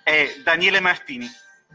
è Daniele Martini.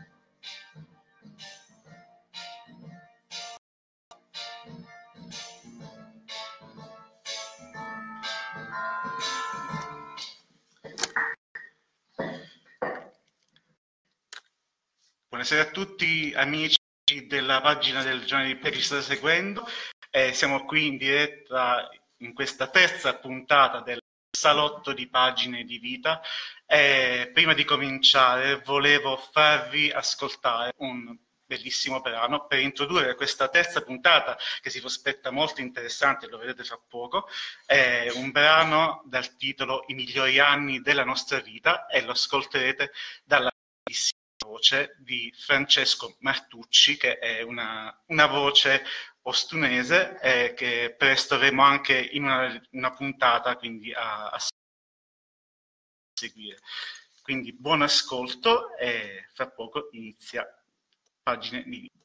Buonasera a tutti amici della pagina del Giornale di Pè che ci state seguendo. Siamo qui in diretta in questa terza puntata del salotto di pagine di vita. Prima di cominciare volevo farvi ascoltare un bellissimo brano per introdurre questa terza puntata che si prospetta molto interessante, lo vedrete fra poco. È un brano dal titolo I migliori anni della nostra vita e lo ascolterete dalla bellissima voce di Francesco Martucci, che è una voce ostunese che presto avremo anche in una puntata, quindi a seguire. Quindi buon ascolto e fra poco inizia pagine di vita.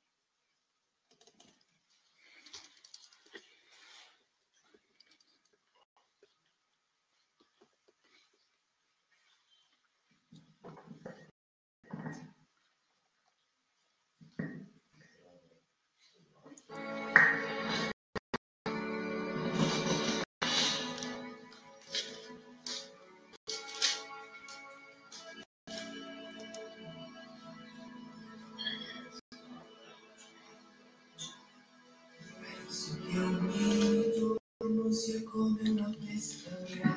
Sia come una festa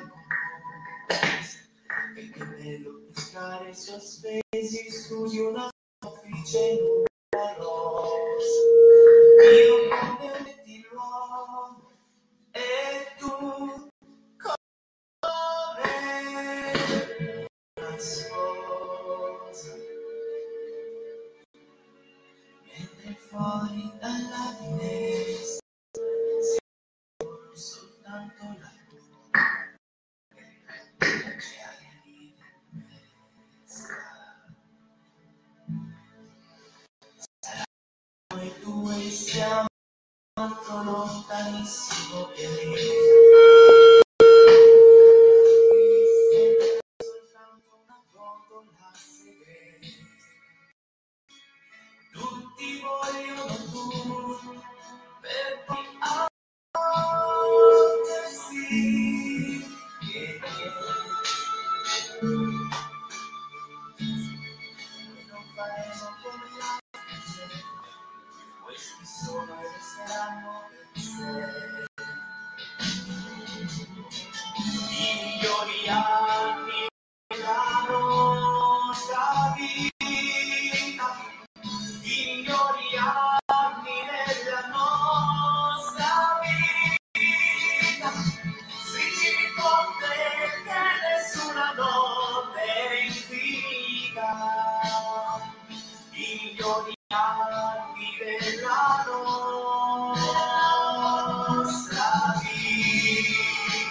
e che bello pescare sospesi su di una soffice nuda rosa. Io come metti l'uomo e tu come una sposa, mentre fuori dalla finestra soltanto la luna c'è aria di tempesta. Noi due siamo molto lontanissimo pianeta, soltanto una botola segreta. Tutti vogliono tu per poi non faremo come l'altro, questi sono e resteranno per sé i migliori anni della nostra vita, i migliori anni della nostra vita. Si forte che nessuna notte è infinita, i migliori anni della nostra vita.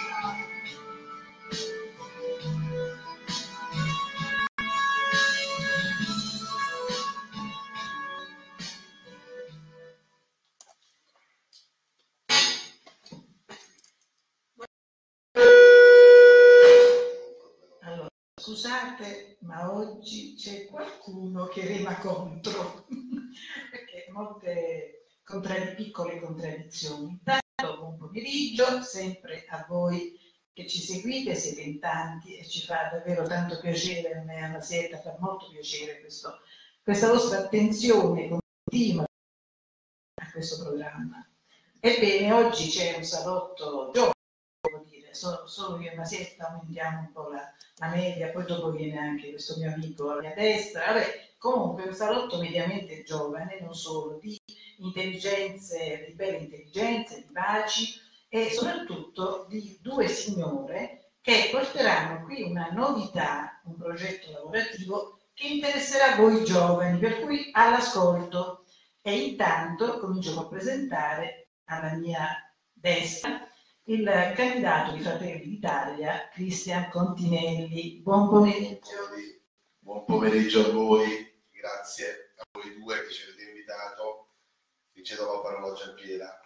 Allora, scusate, ma oggi c'è qualcuno che rema contro, perché molte piccole contraddizioni. Intanto, buon pomeriggio, sempre a voi che ci seguite, siete in tanti e ci fa davvero tanto piacere, a me e alla Sieta fa molto piacere questa vostra attenzione continua a questo programma. Ebbene, oggi c'è un salotto giovane, devo dire, solo io e Masietta aumentiamo un po' la media, poi dopo viene anche questo mio amico alla mia destra. Vabbè, comunque un salotto mediamente giovane, non solo, di intelligenze, di belle intelligenze, di baci e soprattutto di due signore che porteranno qui una novità, un progetto lavorativo che interesserà voi giovani, per cui all'ascolto. E intanto comincio col presentare alla mia destra il candidato di Fratelli d'Italia, Cristian Continelli. Buon pomeriggio. Buon pomeriggio a voi, grazie a voi due che ci avete invitato. Vi cedo la parola a Giampiera.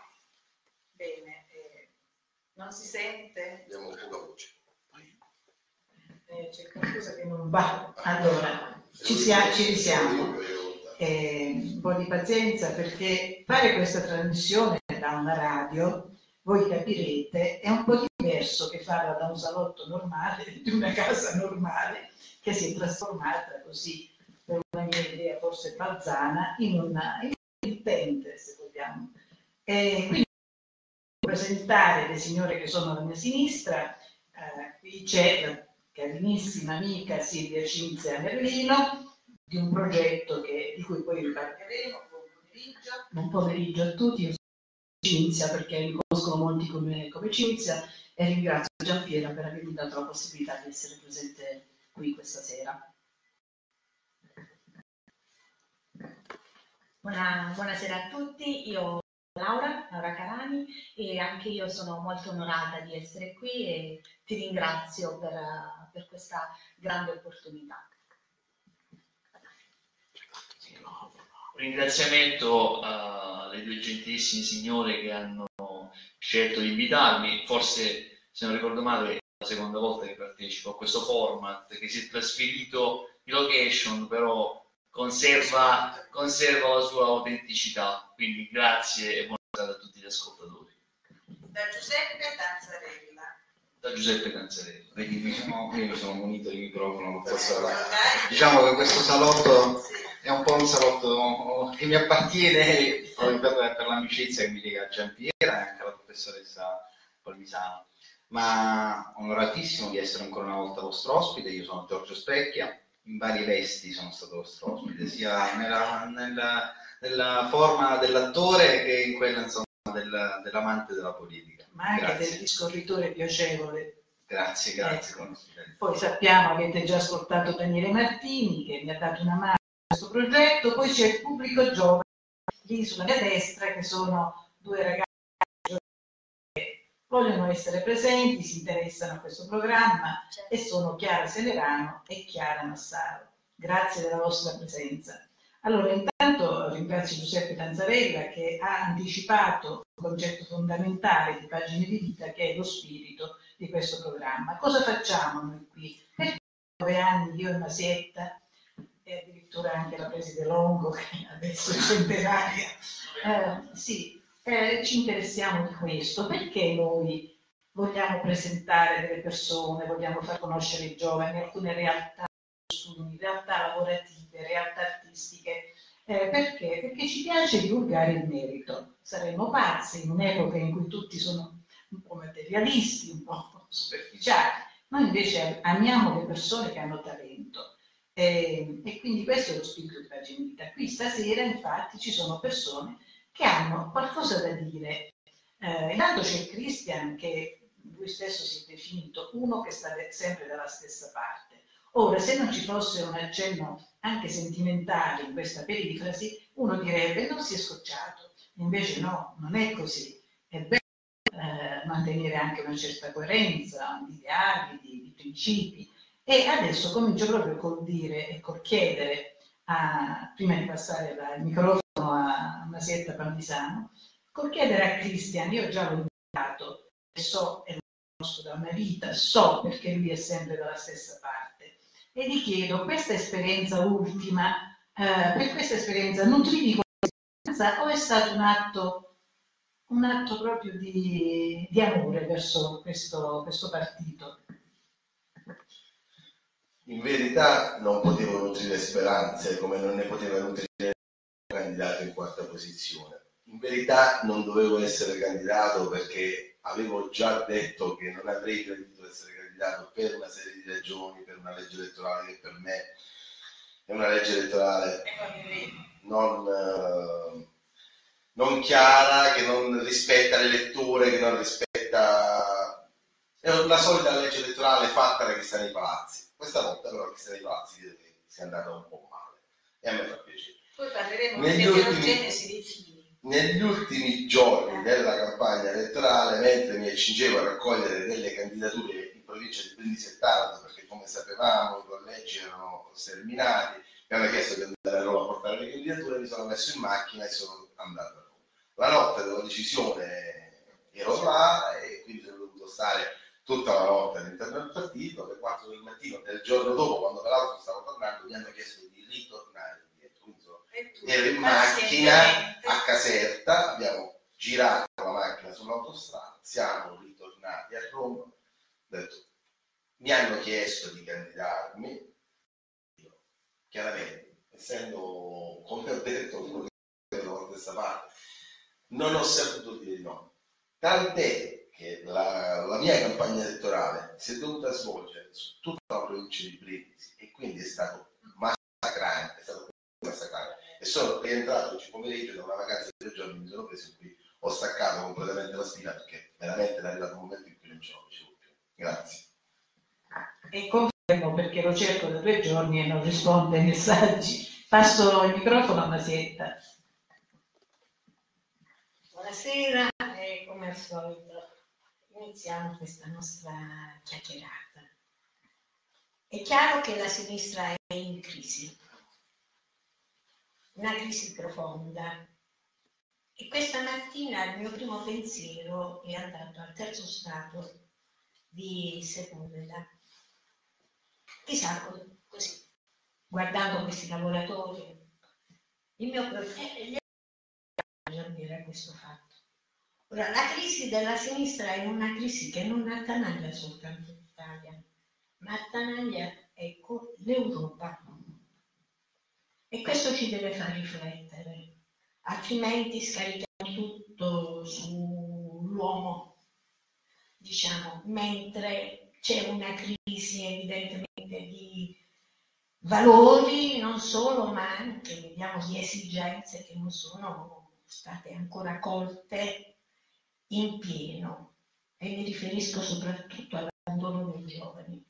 Bene, non si sente? Abbiamo poca voce. C'è qualcosa che non va. Allora, ci risiamo. Un po' di pazienza, perché fare questa trasmissione da una radio, voi capirete, è un po' diverso che farla da un salotto normale, di una casa normale, che si è trasformata così, per una mia idea forse balzana, in una emittente, se vogliamo. Quindi presentare le signore che sono alla mia sinistra. Qui c'è la carinissima amica Silvia Cinzia Merlino, di un progetto di cui poi vi parleremo. Buon pomeriggio. Buon pomeriggio a tutti. Io sono Cinzia perché mi conoscono molti come Cinzia, e ringrazio Giampiera per avermi dato la possibilità di essere presente qui questa sera. Buonasera a tutti, io Laura Carani, e anche io sono molto onorata di essere qui e ti ringrazio per questa grande opportunità. Un ringraziamento alle due gentilissime signore che hanno scelto di invitarmi. Forse, se non ricordo male, è la seconda volta che partecipo a questo format, che si è trasferito in location, però conserva la sua autenticità. Quindi grazie e buona serata a tutti gli ascoltatori. Da Giuseppe Tanzarella. Da Giuseppe Tanzarella. Vedi, io mi sono munito di microfono. Diciamo che questo salotto è un po' un salotto che mi appartiene per l'amicizia che mi lega a Giampiera e anche alla professoressa Palmisano. Ma onoratissimo di essere ancora una volta vostro ospite. Io sono Giorgio Specchia, in varie vesti sono stato vostro ospite, sia nella forma dell'attore che in quella, insomma, dell'amante della politica. Ma anche Grazie. del discorritore piacevole. Grazie. Ecco. Poi sappiamo, avete già ascoltato Daniele Martini che mi ha dato una mano a questo progetto. Poi c'è il pubblico giovane lì sulla mia destra, che sono due ragazzi che vogliono essere presenti, si interessano a questo programma, e sono Chiara Severano e Chiara Massaro. Grazie della vostra presenza. Allora, intanto ringrazio Giuseppe Tanzarella che ha anticipato un concetto fondamentale di Pagine di Vita, che è lo spirito di questo programma. Cosa facciamo noi qui? Per 9 anni io e Masietta, e addirittura anche la preside Longo, che adesso è centenaria, ci interessiamo di questo, perché noi vogliamo presentare delle persone, vogliamo far conoscere i giovani, alcune realtà, realtà lavorative, realtà artistiche. Perché? Perché ci piace divulgare il merito. Saremmo pazzi in un'epoca in cui tutti sono un po' materialisti, un po' superficiali. Noi invece amiamo le persone che hanno talento. E quindi questo è lo spirito di Pagine di Vita. Qui stasera infatti ci sono persone che hanno qualcosa da dire. Intanto c'è Christian, che lui stesso si è definito uno che sta sempre dalla stessa parte. Ora, se non ci fosse un accenno anche sentimentale in questa perifrasi, uno direbbe non si è scocciato. Invece no, non è così. È bello mantenere anche una certa coerenza di ideali, di principi. E adesso comincio proprio col dire e col chiedere, prima di passare il microfono a Masietta Palmisano, col chiedere a Christian, io già l'ho invitato, so e lo conosco da una vita, so perché lui è sempre dalla stessa parte. E gli chiedo, questa esperienza ultima, per questa esperienza nutrivi questa o è stato un atto proprio di amore verso questo partito? In verità non potevo nutrire speranze, come non ne poteva nutrire un candidato in quarta posizione. In verità non dovevo essere candidato perché avevo già detto che non avrei gradito essere candidato per una serie di ragioni, per una legge elettorale che per me è una legge elettorale non chiara, che non rispetta l'elettore, che non rispetta... È una solita legge elettorale fatta da chi sta nei palazzi. Questa volta però chi sta nei palazzi vede che sia andata un po' male e a me fa piacere. Poi parleremo dell'eterogenesi dei fini. Negli ultimi giorni della campagna elettorale, mentre mi accingevo a raccogliere delle candidature in provincia di Brindisi e Taranto, perché come sapevamo i collegi erano sterminati, mi hanno chiesto di andare a Roma a portare le candidature, mi sono messo in macchina e sono andato a Roma. La notte della decisione ero là e quindi sono dovuto stare tutta la lotta all'interno del partito. Alle 4 del mattino del giorno dopo, quando peraltro stavo tornando, mi hanno chiesto di ritornare indietro. Quindi ero in macchina a Caserta, abbiamo girato la macchina sull'autostrada, siamo ritornati a Roma. Ho detto, mi hanno chiesto di candidarmi, io, chiaramente, essendo, come ho detto, uno della stessa parte, non ho saputo dire no. Tant'è che la mia campagna elettorale si è dovuta svolgere su tutta la provincia di Brindisi e quindi è stato massacrante, e sono rientrato oggi pomeriggio da una vacanza di 3 giorni, mi sono preso qui, ho staccato completamente la spina perché veramente è arrivato un momento in cui non ce la facevo più. Grazie. E confermo perché lo cerco da 2 giorni e non risponde ai messaggi. Passo il microfono a Masietta. Buonasera e come al solito iniziamo questa nostra chiacchierata. È chiaro che la sinistra è in crisi, una crisi profonda, e questa mattina il mio primo pensiero è andato al terzo stato di Sepúlveda. Chissà, così, guardando questi lavoratori, il mio dire a questo fatto. Ora, la crisi della sinistra è una crisi che non attanaglia soltanto l'Italia, ma attanaglia, ecco, l'Europa. E questo ci deve far riflettere, altrimenti scarichiamo tutto sull'uomo, diciamo, mentre c'è una crisi evidentemente di valori, non solo, ma anche, vediamo, di esigenze che non sono state ancora colte in pieno, e mi riferisco soprattutto all'abbandono dei giovani.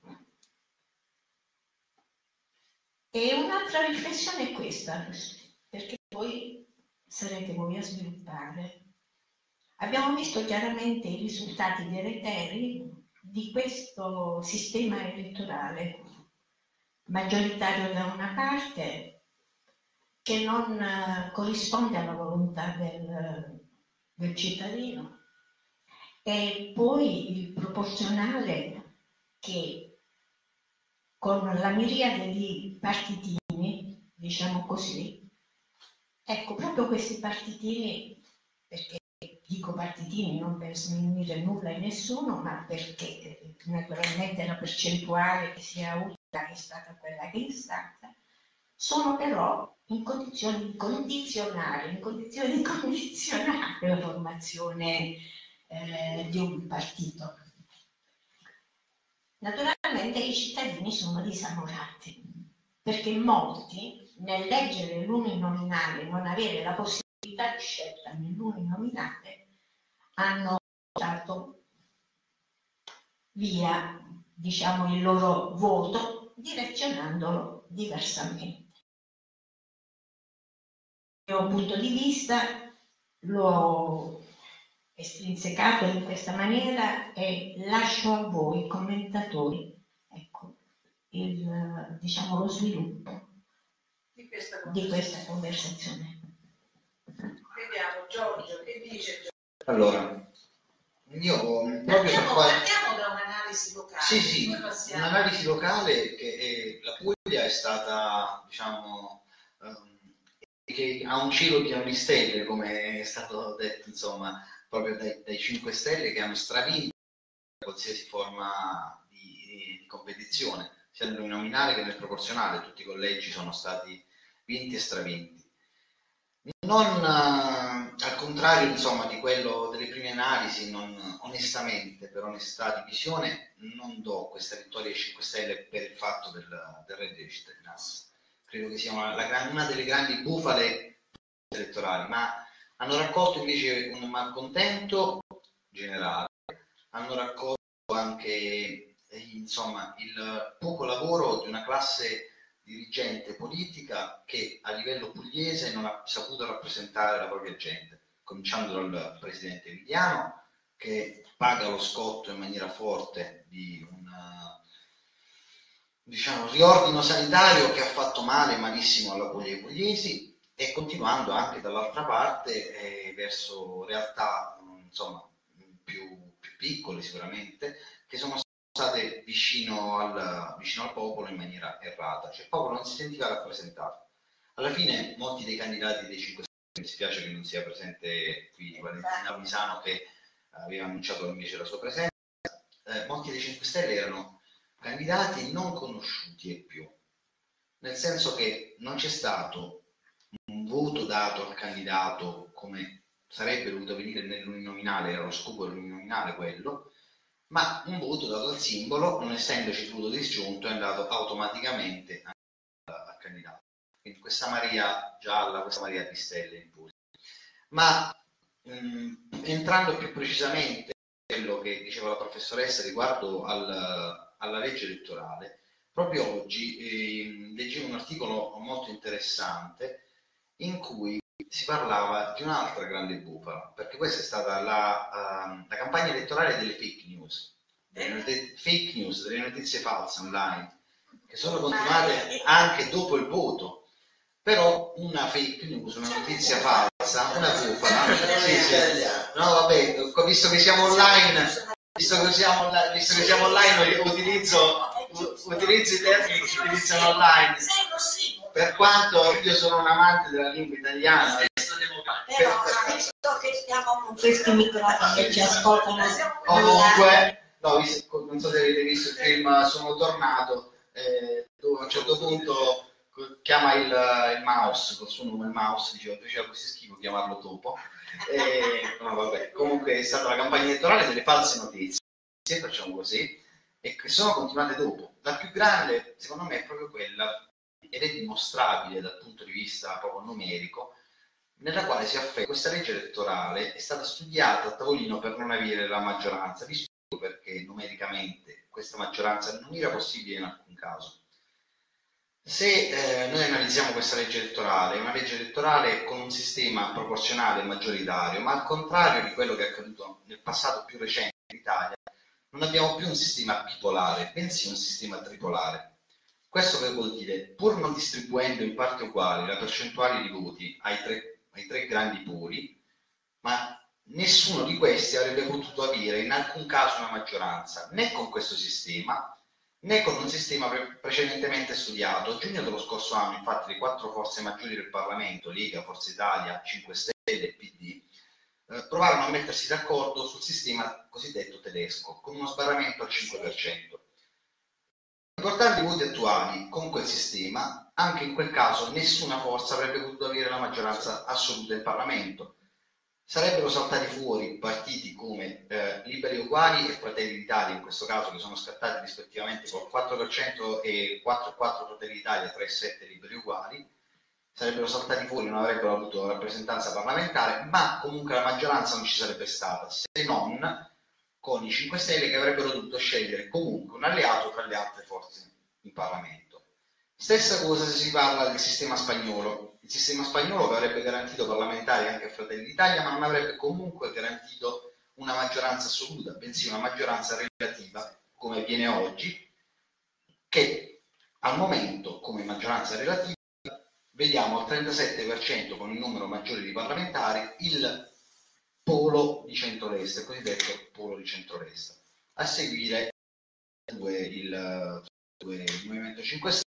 E un'altra riflessione è questa, perché poi sarete voi a sviluppare. Abbiamo visto chiaramente i risultati deleteri di questo sistema elettorale, maggioritario da una parte, che non corrisponde alla volontà del cittadino, e poi il proporzionale che con la miriade di partitini, diciamo così, ecco, proprio questi partitini, perché dico partitini non per sminuire nulla e nessuno, ma perché naturalmente la percentuale che si è avuta è stata quella che è stata, sono però in condizioni di condizionare la formazione di un partito. Naturalmente i cittadini sono disamorati, perché molti, nel leggere l'uninominale, non avere la possibilità di scelta nell'uninominale, hanno dato via, diciamo, il loro voto, direzionandolo diversamente. Il mio punto di vista l'ho estrinsecato in questa maniera e lascio a voi, commentatori, ecco, diciamo, lo sviluppo di questa conversazione. Vediamo, Giorgio, che dice Giorgio? Allora, io proprio partiamo da un'analisi locale. Sì, un'analisi locale che la Puglia è stata, diciamo, che ha un cielo pieno di stelle, come è stato detto, insomma, proprio dai 5 Stelle, che hanno stravinto qualsiasi forma di competizione, sia nell'uninominale che nel proporzionale. Tutti i collegi sono stati vinti e stravinti. Non al contrario, insomma, di quello delle prime analisi, onestamente, per onestà di visione, non do questa vittoria ai 5 Stelle per il fatto del reddito di cittadinanza. Credo che sia una delle grandi bufale elettorali, ma hanno raccolto invece un malcontento generale, hanno raccolto anche, insomma, il poco lavoro di una classe dirigente politica che a livello pugliese non ha saputo rappresentare la propria gente, cominciando dal presidente Emiliano, che paga lo scotto in maniera forte di un, diciamo, riordino sanitario che ha fatto male, malissimo alla Puglia e ai pugliesi, e continuando anche dall'altra parte verso realtà, insomma, più piccole sicuramente, che sono state vicino al popolo in maniera errata, cioè il popolo non si sentiva rappresentato. Alla fine molti dei candidati dei 5 Stelle, mi dispiace che non sia presente qui Valentina Pisano che aveva annunciato invece la sua presenza, molti dei 5 Stelle erano candidati non conosciuti e più, nel senso che non c'è stato un voto dato al candidato come sarebbe dovuto avvenire nell'uninominale, era lo scopo dell'uninominale quello, ma un voto dato al simbolo, non essendoci il voto disgiunto, è andato automaticamente al candidato. Quindi questa Maria gialla, questa Maria di stelle in pure. Ma entrando più precisamente in quello che diceva la professoressa riguardo alla legge elettorale, proprio oggi leggevo un articolo molto interessante in cui si parlava di un'altra grande bufala, perché questa è stata la campagna elettorale delle fake news, delle notizie false online, che sono continuate anche dopo il voto. Però una fake news, una notizia falsa, una bufala, sì. No, vabbè, visto che siamo online, utilizzo i termini che si utilizzano online. Per quanto io sono un amante della lingua italiana, però visto che stiamo con questi microfoni che ci ascoltano comunque, no, non so se avete visto il film Sono tornato, dove a un certo punto chiama il mouse, col suo nome il mouse, diceva faceva così schifo chiamarlo topo. No, vabbè, comunque è stata la campagna elettorale delle false notizie, facciamo così, e che sono continuate dopo. La più grande, secondo me, è proprio quella, ed è dimostrabile dal punto di vista proprio numerico, nella quale si afferma che questa legge elettorale è stata studiata a tavolino per non avere la maggioranza. Vi spiego perché numericamente questa maggioranza non era possibile in alcun caso. Se noi analizziamo questa legge elettorale, è una legge elettorale con un sistema proporzionale maggioritario, ma al contrario di quello che è accaduto nel passato più recente in Italia, non abbiamo più un sistema bipolare, bensì un sistema tripolare. Questo che vuol dire? Pur non distribuendo in parti uguali la percentuale di voti ai tre grandi poli, ma nessuno di questi avrebbe potuto avere in alcun caso una maggioranza, né con questo sistema, né con un sistema precedentemente studiato. A giugno dello scorso anno, infatti, le 4 forze maggiori del Parlamento, Lega, Forza Italia, 5 Stelle e PD, provarono a mettersi d'accordo sul sistema cosiddetto tedesco, con uno sbarramento al 5%. Ricordando i voti attuali con quel sistema, anche in quel caso nessuna forza avrebbe potuto avere la maggioranza assoluta in Parlamento. Sarebbero saltati fuori partiti come Liberi e Uguali e Fratelli d'Italia, in questo caso, che sono scattati rispettivamente col 4% e 4,4 Fratelli d'Italia, 3,7 Liberi e Uguali. Sarebbero saltati fuori, non avrebbero avuto rappresentanza parlamentare, ma comunque la maggioranza non ci sarebbe stata, se non con i 5 Stelle che avrebbero dovuto scegliere comunque un alleato tra le altre forze in Parlamento. Stessa cosa se si parla del sistema spagnolo. Il sistema spagnolo che avrebbe garantito parlamentari anche a Fratelli d'Italia, ma non avrebbe comunque garantito una maggioranza assoluta, bensì una maggioranza relativa, come avviene oggi, che al momento, come maggioranza relativa, vediamo al 37% con il numero maggiore di parlamentari il polo di centrodestra, il cosiddetto polo di centrodestra. A seguire il Movimento 5 Stelle,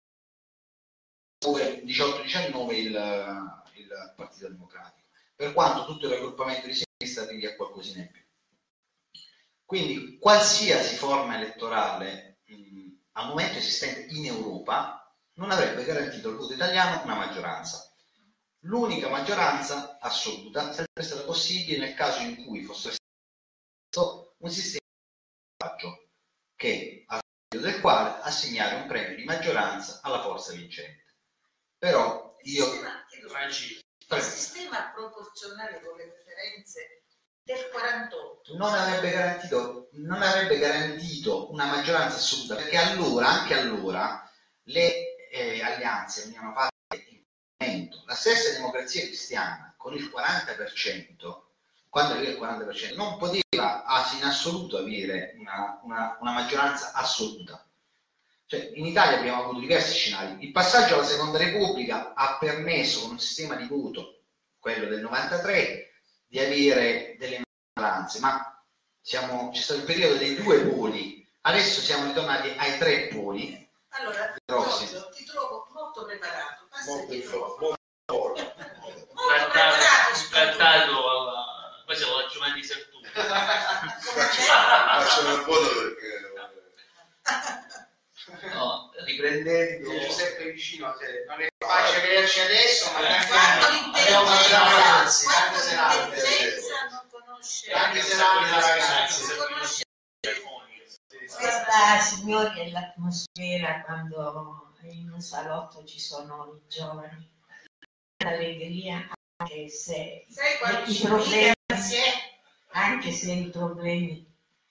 18-19 il Partito Democratico, per quanto tutto il raggruppamento di sinistra arrivi a qualcosina in più. Quindi qualsiasi forma elettorale al momento esistente in Europa non avrebbe garantito al voto italiano una maggioranza. L'unica maggioranza assoluta sarebbe stata possibile nel caso in cui fosse stato un sistema di passaggio che, a seguito del quale assegnare un premio di maggioranza alla forza vincente. Però io... Il sistema proporzionale con le preferenze del 48 non avrebbe garantito una maggioranza assoluta, perché allora, anche allora, le alleanze venivano fatte in momento. La stessa Democrazia Cristiana con il 40%, quando aveva il 40%, non poteva in assoluto avere una maggioranza assoluta. Cioè, in Italia abbiamo avuto diversi scenari. Il passaggio alla Seconda Repubblica ha permesso, con un sistema di voto, quello del 93, di avere delle maggioranze, ma c'è stato il periodo dei 2 poli Adesso siamo ritornati ai 3 poli. Allora, Rossi. Giorgio, ti trovo molto preparato. Molto in forma. molto trattato alla... poi siamo alla Giovanni Sertù. Facciamo il voto perché... No, Riprendendo Giuseppe vicino a te. Non è facile vederci adesso, ma Quando abbiamo mangiato ragazzi, tante serate. l'intelligenza non conosce. Tante serate da ragazzi. Non conosce. Questa, signori, è l'atmosfera quando in un salotto ci sono i giovani. L'allegria, anche se Sai quando i ci problemi, mica, anche se i problemi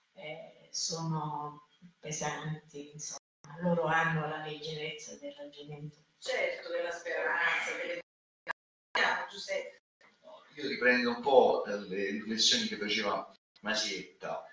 sono pesanti, insomma, loro hanno la leggerezza del ragionamento. certo, della speranza, Giuseppe. Io riprendo un po' le riflessioni che faceva Masietta.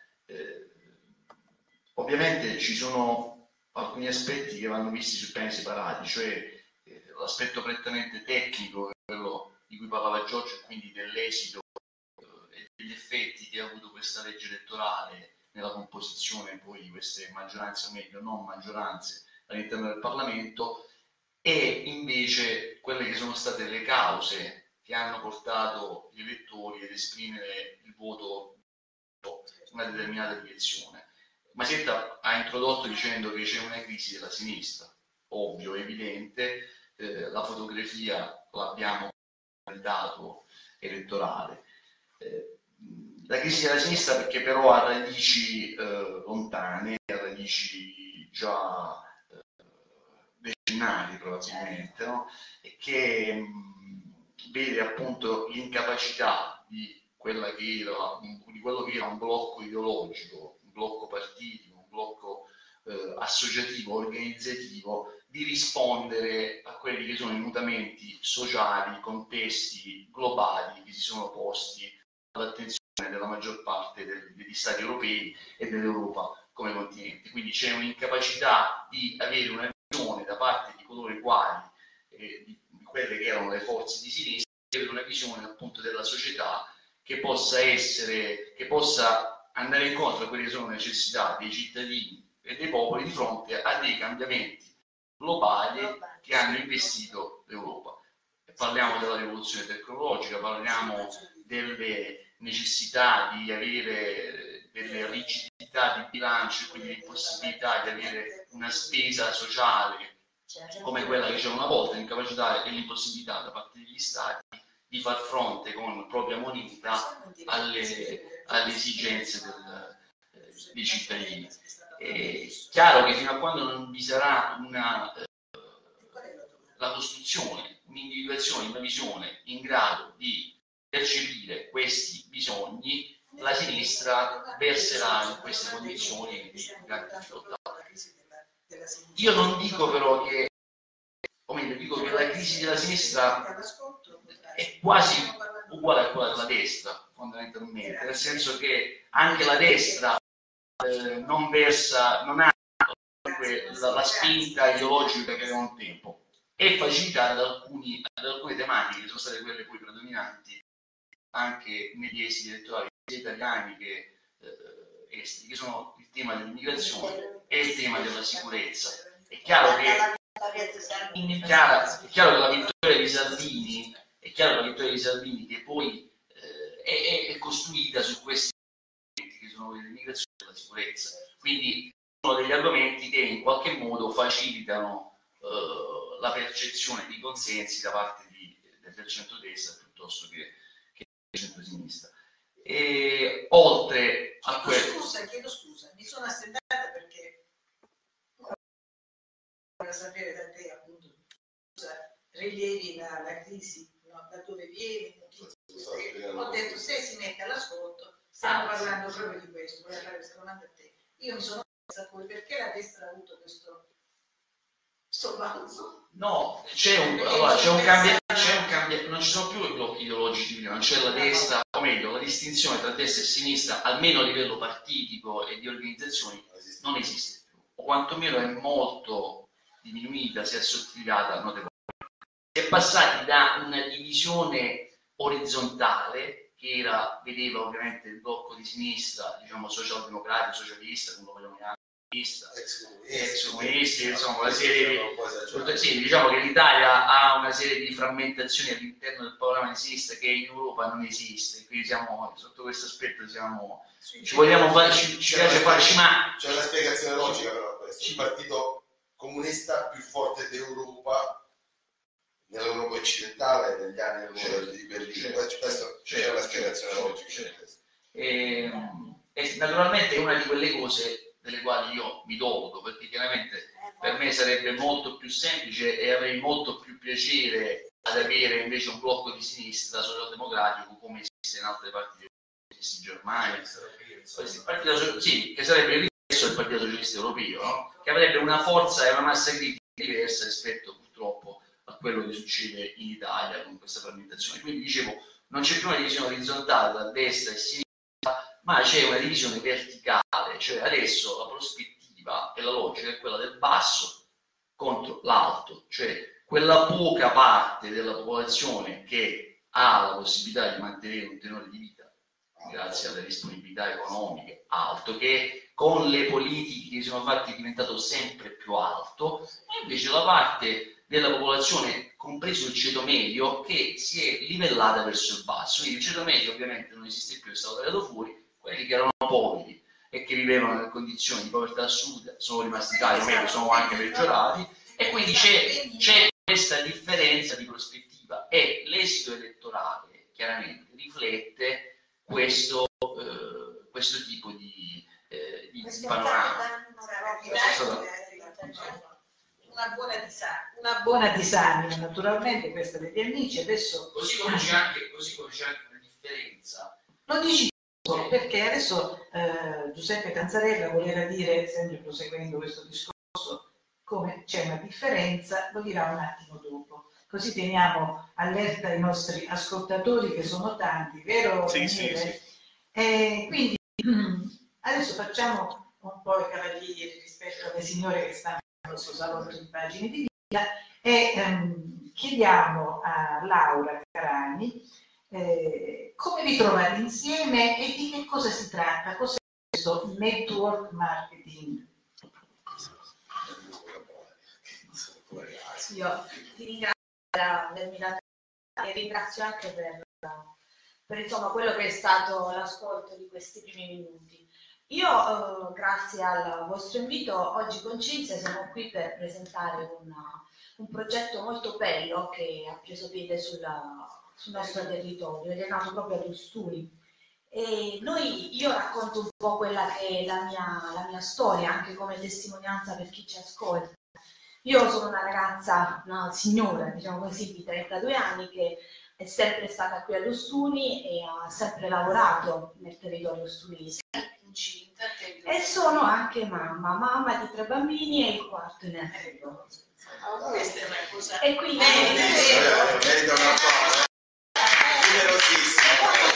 Ovviamente ci sono alcuni aspetti che vanno visti su piani separati, cioè l'aspetto prettamente tecnico, quello di cui parlava Giorgio, quindi dell'esito e degli effetti che ha avuto questa legge elettorale nella composizione poi di queste maggioranze, o meglio non maggioranze, all'interno del Parlamento, e invece quelle che sono state le cause che hanno portato gli elettori ad esprimere il voto in una determinata direzione. Masietta ha introdotto dicendo che c'è una crisi della sinistra, ovvio, evidente, la fotografia l'abbiamo nel dato elettorale. La crisi della sinistra perché però ha radici lontane, ha radici già decennali probabilmente, no? E che vede appunto l'incapacità di quello che era un blocco ideologico, un blocco partitico, un blocco associativo, organizzativo, di rispondere a quelli che sono i mutamenti sociali, contesti globali che si sono posti all'attenzione della maggior parte degli stati europei e dell'Europa come continente. Quindi c'è un'incapacità di avere una visione da parte di coloro i quali, di quelle che erano le forze di sinistra, di avere una visione appunto della società che possa andare incontro a quelle che sono le necessità dei cittadini e dei popoli di fronte a dei cambiamenti globali che hanno investito l'Europa. Parliamo della rivoluzione tecnologica, parliamo delle necessità di avere delle rigidità di bilancio e quindi l'impossibilità di avere una spesa sociale come quella che c'era una volta, l'incapacità e l'impossibilità da parte degli stati di far fronte con propria moneta alle esigenze dei cittadini. È chiaro che fino a quando non vi sarà la costruzione, un'individuazione, una visione in grado di percepire questi bisogni, la sinistra verserà in queste condizioni di grande difficoltà. Io non dico però che, o meglio, dico che la crisi della sinistra è quasi uguale a quella della destra, fondamentalmente, nel senso che anche la destra non ha la spinta ideologica che aveva un tempo, è facilitata da alcune tematiche che sono state quelle poi predominanti anche negli esiti elettorali sia italiani che esteri, che sono il tema dell'immigrazione e il tema della sicurezza. È chiaro che la vittoria di Salvini, che poi è costruita su questi argomenti che sono l'immigrazione e la sicurezza. Quindi sono degli argomenti che in qualche modo facilitano la percezione di consensi da parte del centrodestra piuttosto che del centrosinistra. E oltre a questo, chiedo scusa, mi sono assentata perché vorrei sapere da te appunto cosa rilievi la crisi, no? Da dove viene, ho detto se si mette all'ascolto stiamo parlando proprio di questo, vorrei fare questa domanda a te. Io mi sono chiesta poi perché la destra ha avuto questo sorbalzo. No, c'è un cambiamento, non ci sono più i blocchi ideologici, non c'è la destra, o meglio, la distinzione tra destra e sinistra, almeno a livello partitico e di organizzazioni, non esiste più, o quantomeno è molto diminuita, si è assottigliata notevolmente. Si è passati da una divisione orizzontale che vedeva ovviamente il blocco di sinistra, diciamo socialdemocratico, socialista, come lo vogliamo chiamare, ex comunisti, insomma una serie di... Sì, diciamo che l'Italia ha una serie di frammentazioni all'interno del panorama nazista che in Europa non esiste, quindi siamo, sotto questo aspetto siamo... ci vogliamo fare, ci piace farci male. C'è una spiegazione logica però a questo. Il partito comunista più forte d'Europa, nell'Europa occidentale, negli anni del muro di Berlino. Questo c'è una spiegazione logica. E naturalmente è una di quelle cose delle quali io mi dolgo, perché chiaramente per me sarebbe molto più semplice e avrei molto più piacere ad avere invece un blocco di sinistra socialdemocratico come esiste in altre parti in Germania, sì, che sarebbe riflesso del Partito Socialista Europeo, no? Che avrebbe una forza e una massa critica diversa rispetto purtroppo a quello che succede in Italia con questa frammentazione. Quindi dicevo, non c'è più una divisione orizzontale tra destra e sinistra, ma c'è una divisione verticale, cioè adesso la prospettiva e la logica è quella del basso contro l'alto, cioè quella poca parte della popolazione che ha la possibilità di mantenere un tenore di vita grazie alle disponibilità economiche alto, che con le politiche che sono fatte è diventato sempre più alto, e invece la parte della popolazione, compreso il ceto medio, che si è livellata verso il basso. Quindi il ceto medio ovviamente non esiste più, è stato tagliato fuori, quelli che erano poveri e che vivevano in condizioni di povertà assoluta sono rimasti tali, o meglio sono anche peggiorati, e quindi c'è questa differenza di prospettiva e l'esito elettorale chiaramente riflette questo tipo di panorama. Una buona disamina, naturalmente, questa degli amici. Adesso così come c'è anche una differenza. Lo dici tu, perché adesso Giuseppe Canzarella voleva dire, sempre proseguendo questo discorso, come c'è una differenza, lo dirà un attimo dopo. Così teniamo allerta i nostri ascoltatori, che sono tanti, vero? Sì, sì. Quindi adesso facciamo un po' i cavalieri rispetto alle signore che stanno nel nostro salotto di pagine di vita e chiediamo a Laura Carani come vi trovate insieme e di che cosa si tratta, cos'è questo network marketing. Io ti ringrazio per avermi dato e ringrazio anche per insomma quello che è stato l'ascolto di questi primi minuti. Io grazie al vostro invito oggi con Cinzia siamo qui per presentare un progetto molto bello che ha preso piede sul nostro territorio ed è nato proprio ad Ostuni. E io racconto un po' quella che è la mia storia, anche come testimonianza per chi ci ascolta. Io sono una ragazza, una signora, diciamo così, di 32 anni che è sempre stata qui allo Ostuni e ha sempre lavorato nel territorio ostunese. E sono anche mamma di 3 bambini e il quarto in arrivo. E quindi merita una cosa generosissima.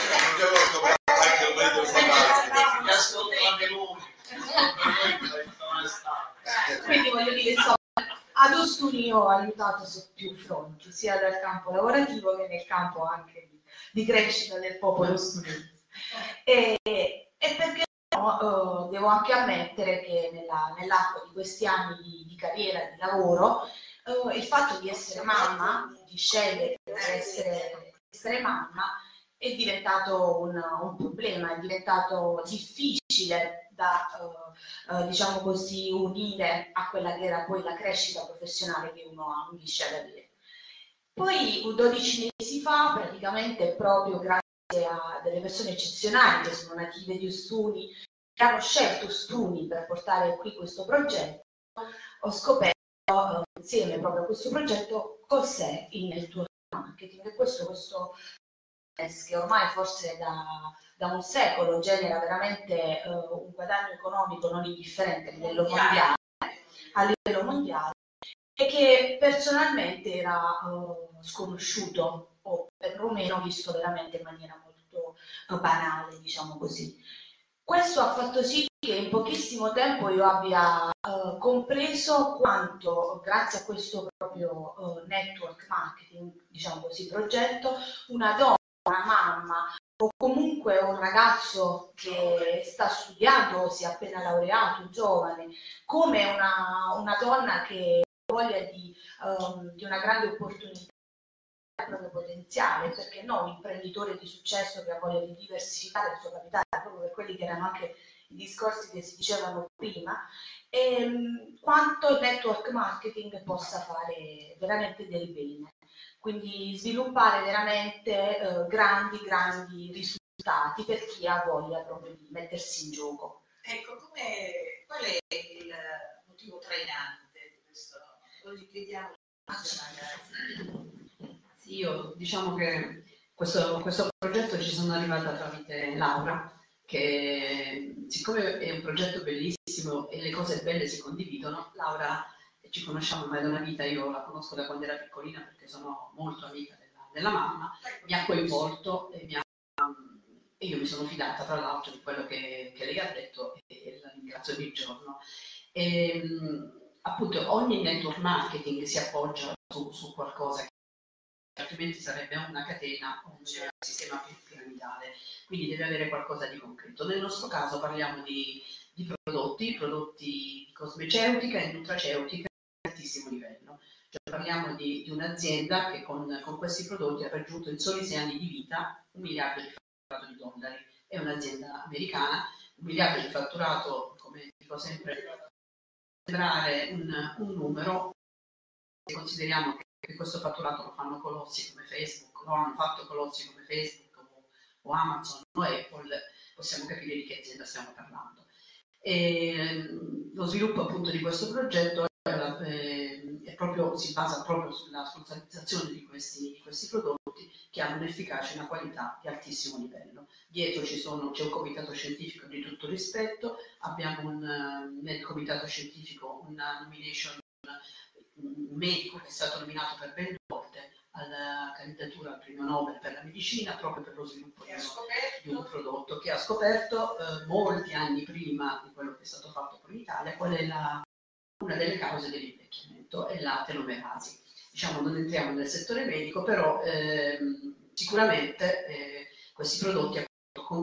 quindi voglio dire, insomma, ad Ostuni ho aiutato su più fronti, sia dal campo lavorativo che nel campo anche di crescita del popolo ostunese. E perché no, devo anche ammettere che nell'arco di questi anni di carriera, di lavoro, il fatto di essere mamma, di scegliere di essere mamma, è diventato un problema, è diventato difficile da, diciamo così, unire a quella che era poi la crescita professionale che uno ambisce ad avere. Poi 12 mesi fa, praticamente proprio grazie a delle persone eccezionali che sono native di Ostuni, che hanno scelto Ostuni per portare qui questo progetto, ho scoperto insieme proprio a questo progetto cos'è il network marketing. E questo che ormai forse da un secolo genera veramente un guadagno economico non indifferente a livello mondiale e che personalmente era sconosciuto o perlomeno visto veramente in maniera molto banale, diciamo così. Questo ha fatto sì che in pochissimo tempo io abbia compreso quanto, grazie a questo proprio network marketing, diciamo così, progetto, una donna una mamma o comunque un ragazzo che sta studiando o si è appena laureato, giovane, come una donna che ha voglia di una grande opportunità, il proprio potenziale, perché no, un imprenditore di successo che ha voglia di diversificare il suo capitale, proprio per quelli che erano anche i discorsi che si dicevano prima, e quanto il network marketing possa fare veramente del bene. Quindi sviluppare veramente grandi risultati per chi ha voglia proprio di mettersi in gioco. Ecco, qual è il motivo trainante di questo? Lo chiediamo ragazzi. Sì, io diciamo che questo progetto ci sono arrivata tramite Laura, che siccome è un progetto bellissimo e le cose belle si condividono, Laura, ci conosciamo ormai da una vita, io la conosco da quando era piccolina perché sono molto amica della mamma, mi ha coinvolto e io mi sono fidata tra l'altro di quello che lei ha detto e la ringrazio ogni giorno. Appunto ogni network marketing si appoggia su qualcosa, altrimenti sarebbe una catena, un sistema piramidale, quindi deve avere qualcosa di concreto. Nel nostro caso parliamo di prodotti di cosmeceutica e nutraceutica di altissimo livello. Cioè parliamo di un'azienda che con questi prodotti ha raggiunto in soli 6 anni di vita 1 miliardo di fatturato di dollari. È un'azienda americana, 1 miliardo di fatturato, come dico sempre, sembrare un numero, se consideriamo che questo fatturato lo fanno colossi come Facebook, lo hanno fatto colossi come Facebook o Amazon o Apple, possiamo capire di che azienda stiamo parlando. E lo sviluppo appunto di questo progetto si basa proprio sulla sponsorizzazione di questi prodotti che hanno un'efficacia e una qualità di altissimo livello. Dietro c'è un comitato scientifico di tutto rispetto, abbiamo nel comitato scientifico una nomination, un medico che è stato nominato per 20 volte alla candidatura al premio Nobel per la medicina proprio per lo sviluppo di un prodotto che ha scoperto molti anni prima di quello che è stato fatto poi in Italia qual è una delle cause dell'invecchiamento, è la telomerasi. Diciamo non entriamo nel settore medico, però sicuramente questi prodotti con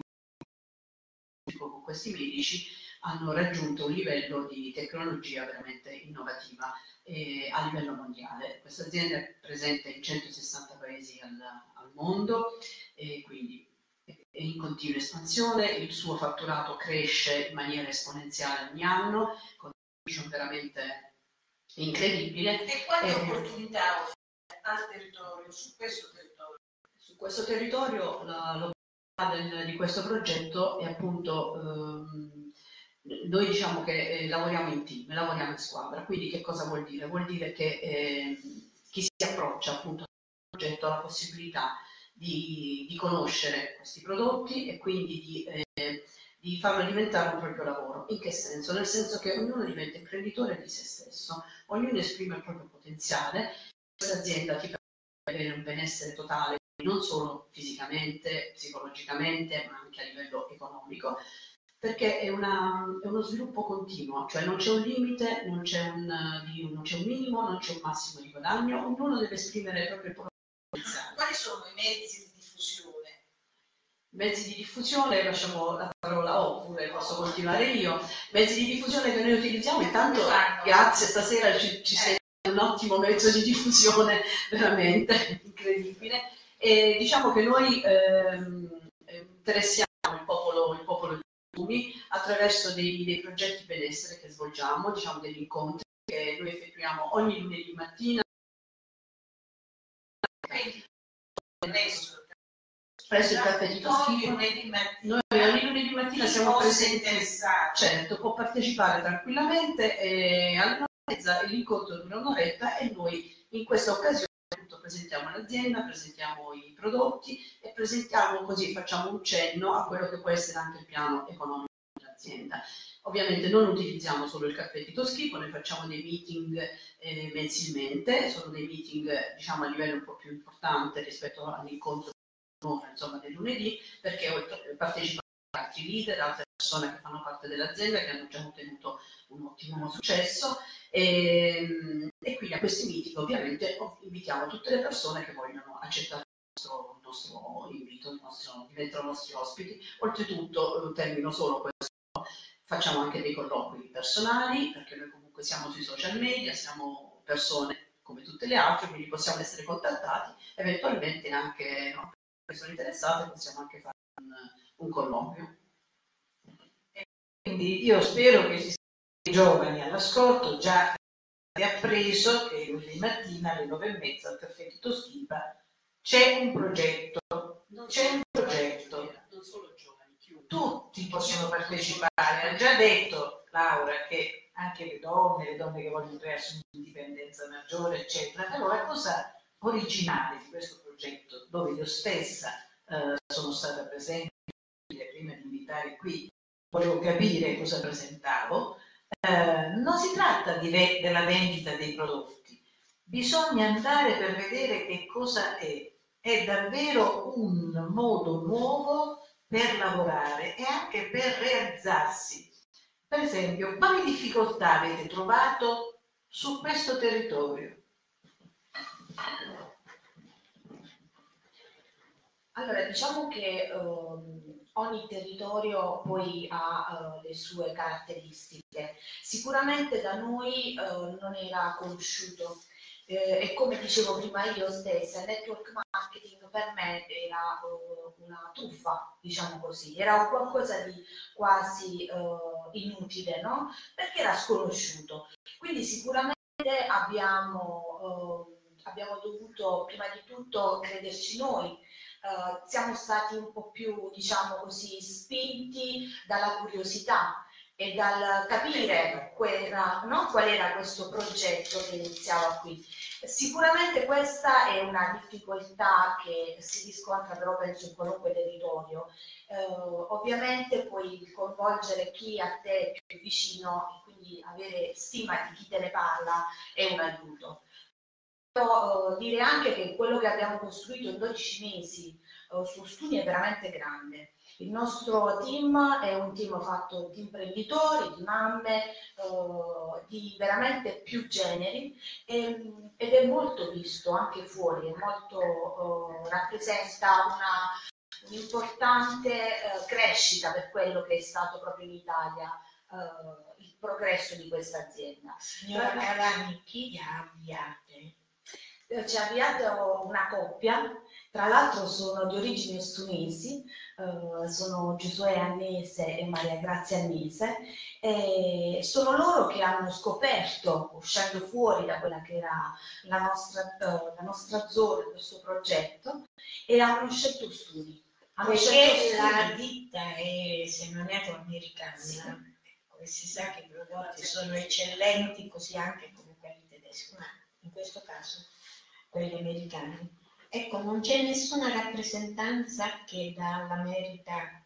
questi medici hanno raggiunto un livello di tecnologia veramente innovativa a livello mondiale. Questa azienda è presente in 160 paesi al mondo e quindi è in continua espansione, il suo fatturato cresce in maniera esponenziale ogni anno, con un veramente incredibile. E quante opportunità offre al territorio, su questo territorio? Su questo territorio l'opportunità di questo progetto è appunto noi diciamo che lavoriamo in team, lavoriamo in squadra, quindi che cosa vuol dire? Vuol dire che chi si approccia appunto al progetto ha la possibilità di conoscere questi prodotti e quindi di farlo diventare un proprio lavoro. In che senso? Nel senso che ognuno diventa imprenditore di se stesso, ognuno esprime il proprio potenziale, questa azienda ti permette di avere un benessere totale, non solo fisicamente, psicologicamente, ma anche a livello economico, perché è uno sviluppo continuo, cioè non c'è un limite, non c'è un minimo, non c'è un massimo di guadagno, ognuno deve esprimere il proprio potenziale. Quali sono i mezzi di diffusione? Mezzi di diffusione, lasciamo la parola oppure posso continuare io. Mezzi di diffusione che noi utilizziamo, intanto grazie, stasera ci sei un ottimo mezzo di diffusione, veramente incredibile. E diciamo che noi interessiamo il popolo di Fiumi attraverso dei progetti benessere che svolgiamo, diciamo degli incontri che noi effettuiamo ogni lunedì mattina. Presso il caffè di Toschino. Noi ogni lunedì mattina siamo presenti, certo, può partecipare tranquillamente alle 9:30 l'incontro dura un'oretta e noi in questa occasione appunto presentiamo l'azienda, presentiamo i prodotti e presentiamo così, facciamo un cenno a quello che può essere anche il piano economico dell'azienda. Ovviamente non utilizziamo solo il caffè di Toschipo, noi facciamo dei meeting mensilmente, sono dei meeting diciamo a livello un po' più importante rispetto all'incontro insomma del lunedì, perché partecipano altri leader, altre persone che fanno parte dell'azienda che hanno già ottenuto un ottimo successo e quindi a questi meeting ovviamente invitiamo tutte le persone che vogliono accettare nostro invito, diventano i nostri ospiti. Oltretutto, termino solo questo, facciamo anche dei colloqui personali, perché noi comunque siamo sui social media, siamo persone come tutte le altre, quindi possiamo essere contattati, eventualmente anche no, persone interessate possiamo anche fare un colloquio. Quindi io spero che ci siano i giovani all'ascolto, già avete appreso che lunedì mattina alle 9:30 al caffè Tito Schipa c'è un progetto, Non solo giovani, chiunque. tutti possono partecipare. Ha già detto Laura che anche le donne che vogliono crearsi un'indipendenza maggiore, eccetera. Però la cosa originale di questo progetto, dove io stessa sono stata presente prima di invitare qui, volevo capire cosa presentavo, non si tratta della vendita dei prodotti, bisogna andare per vedere che cosa è davvero un modo nuovo per lavorare e anche per realizzarsi. Per esempio, quali difficoltà avete trovato su questo territorio? Allora, diciamo che ogni territorio poi ha le sue caratteristiche. Sicuramente da noi non era conosciuto e come dicevo prima io stessa, il network marketing per me era una truffa, diciamo così, era qualcosa di quasi inutile, no? Perché era sconosciuto. Quindi sicuramente abbiamo dovuto prima di tutto crederci noi. Siamo stati un po' più, diciamo così, spinti dalla curiosità e dal capire qual era questo progetto che iniziava qui. Sicuramente questa è una difficoltà che si riscontra però penso in qualunque territorio. Ovviamente puoi coinvolgere chi a te è più vicino e quindi avere stima di chi te ne parla è un aiuto. Dire anche che quello che abbiamo costruito in 12 mesi su studi è veramente grande. Il nostro team è un team fatto di imprenditori, di mamme, di veramente più generi ed è molto visto anche fuori, è molto, rappresenta un'importante crescita per quello che è stato proprio in Italia il progresso di questa azienda. Signora Calani, chi li ha avviate? Ci ha avviato una coppia, tra l'altro sono di origini ostunesi, sono Giosuè Annese e Maria Grazia Annese, e sono loro che hanno scoperto, uscendo fuori da quella che era la nostra zona, questo progetto, e hanno scelto studi. Perché la ditta è, se non è americana, come si sa che i prodotti sono eccellenti, così anche come quelli tedeschi, ma in questo caso quelli americani. Ecco, non c'è nessuna rappresentanza che dall'America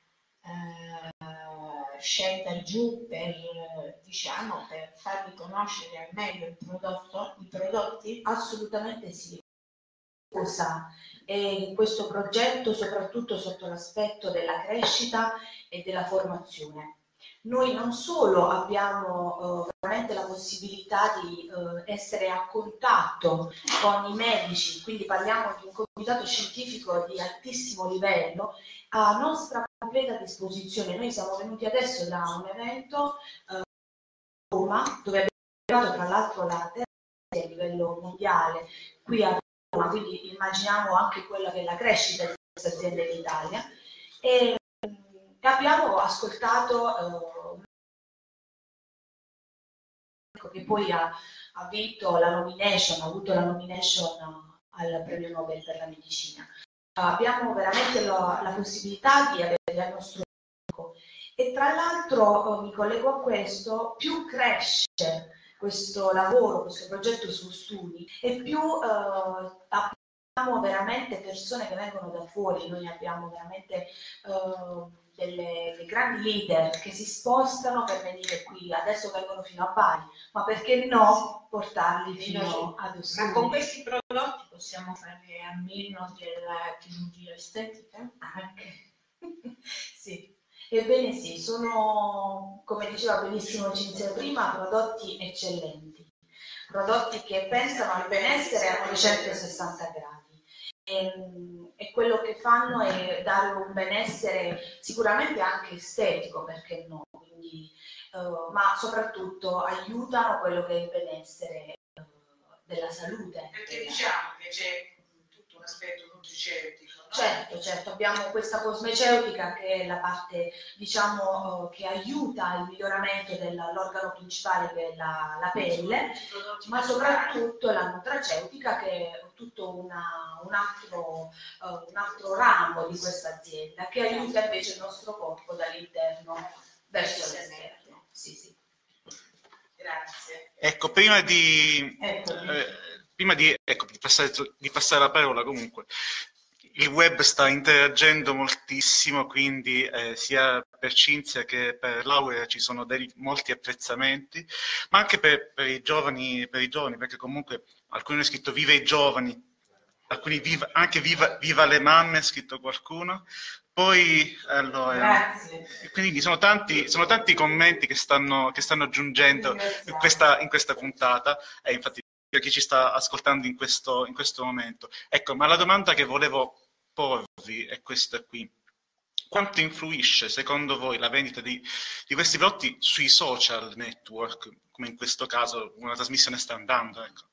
scenda giù per, diciamo, per farvi conoscere al meglio i prodotti? Assolutamente sì. E questo progetto soprattutto sotto l'aspetto della crescita e della formazione. Noi non solo abbiamo veramente la possibilità di essere a contatto con i medici, quindi parliamo di un comitato scientifico di altissimo livello, a nostra completa disposizione. Noi siamo venuti adesso da un evento a Roma, dove abbiamo trovato tra l'altro la terza a livello mondiale qui a Roma, quindi immaginiamo anche quella che è la crescita di questa azienda in Italia. E abbiamo ascoltato che poi ha vinto la nomination, ha avuto la nomination al premio Nobel per la medicina. Abbiamo veramente la possibilità di avere al nostro amico. E tra l'altro mi collego a questo, più cresce questo lavoro, questo progetto su studi e più abbiamo veramente persone che vengono da fuori. Noi abbiamo veramente dei grandi leader che si spostano per venire qui, adesso vengono fino a Bari, ma perché no portarli fino ad Ostuni? Ma con questi prodotti possiamo fare a meno della chirurgia estetica? Anche. Sì. Ebbene sì, sono, come diceva benissimo Cinzia prima, prodotti eccellenti, prodotti che pensano al benessere a 360 gradi. e quello che fanno è dare un benessere sicuramente anche estetico, perché no? Quindi, ma soprattutto aiutano quello che è il benessere della salute. Perché diciamo che c'è tutto un aspetto nutriceutico, no? Certo, abbiamo questa cosmeceutica che è la parte, diciamo, che aiuta il miglioramento dell'organo principale che è la pelle, ma soprattutto la nutraceutica che è tutto un altro ramo di questa azienda che aiuta invece il nostro corpo dall'interno verso l'esterno. Sì. Grazie. Ecco, prima di passare la parola, comunque, il web sta interagendo moltissimo, quindi sia per Cinzia che per Laura ci sono molti apprezzamenti, ma anche per i giovani, perché comunque alcuni hanno scritto viva i giovani, alcuni viva le mamme, ha scritto qualcuno. Poi, allora, Grazie. quindi sono tanti i commenti che stanno aggiungendo in questa puntata, e infatti per chi ci sta ascoltando in questo momento. Ecco, ma la domanda che volevo porvi è questa qui. Quanto influisce, secondo voi, la vendita di questi prodotti sui social network, come in questo caso una trasmissione sta andando? Ecco.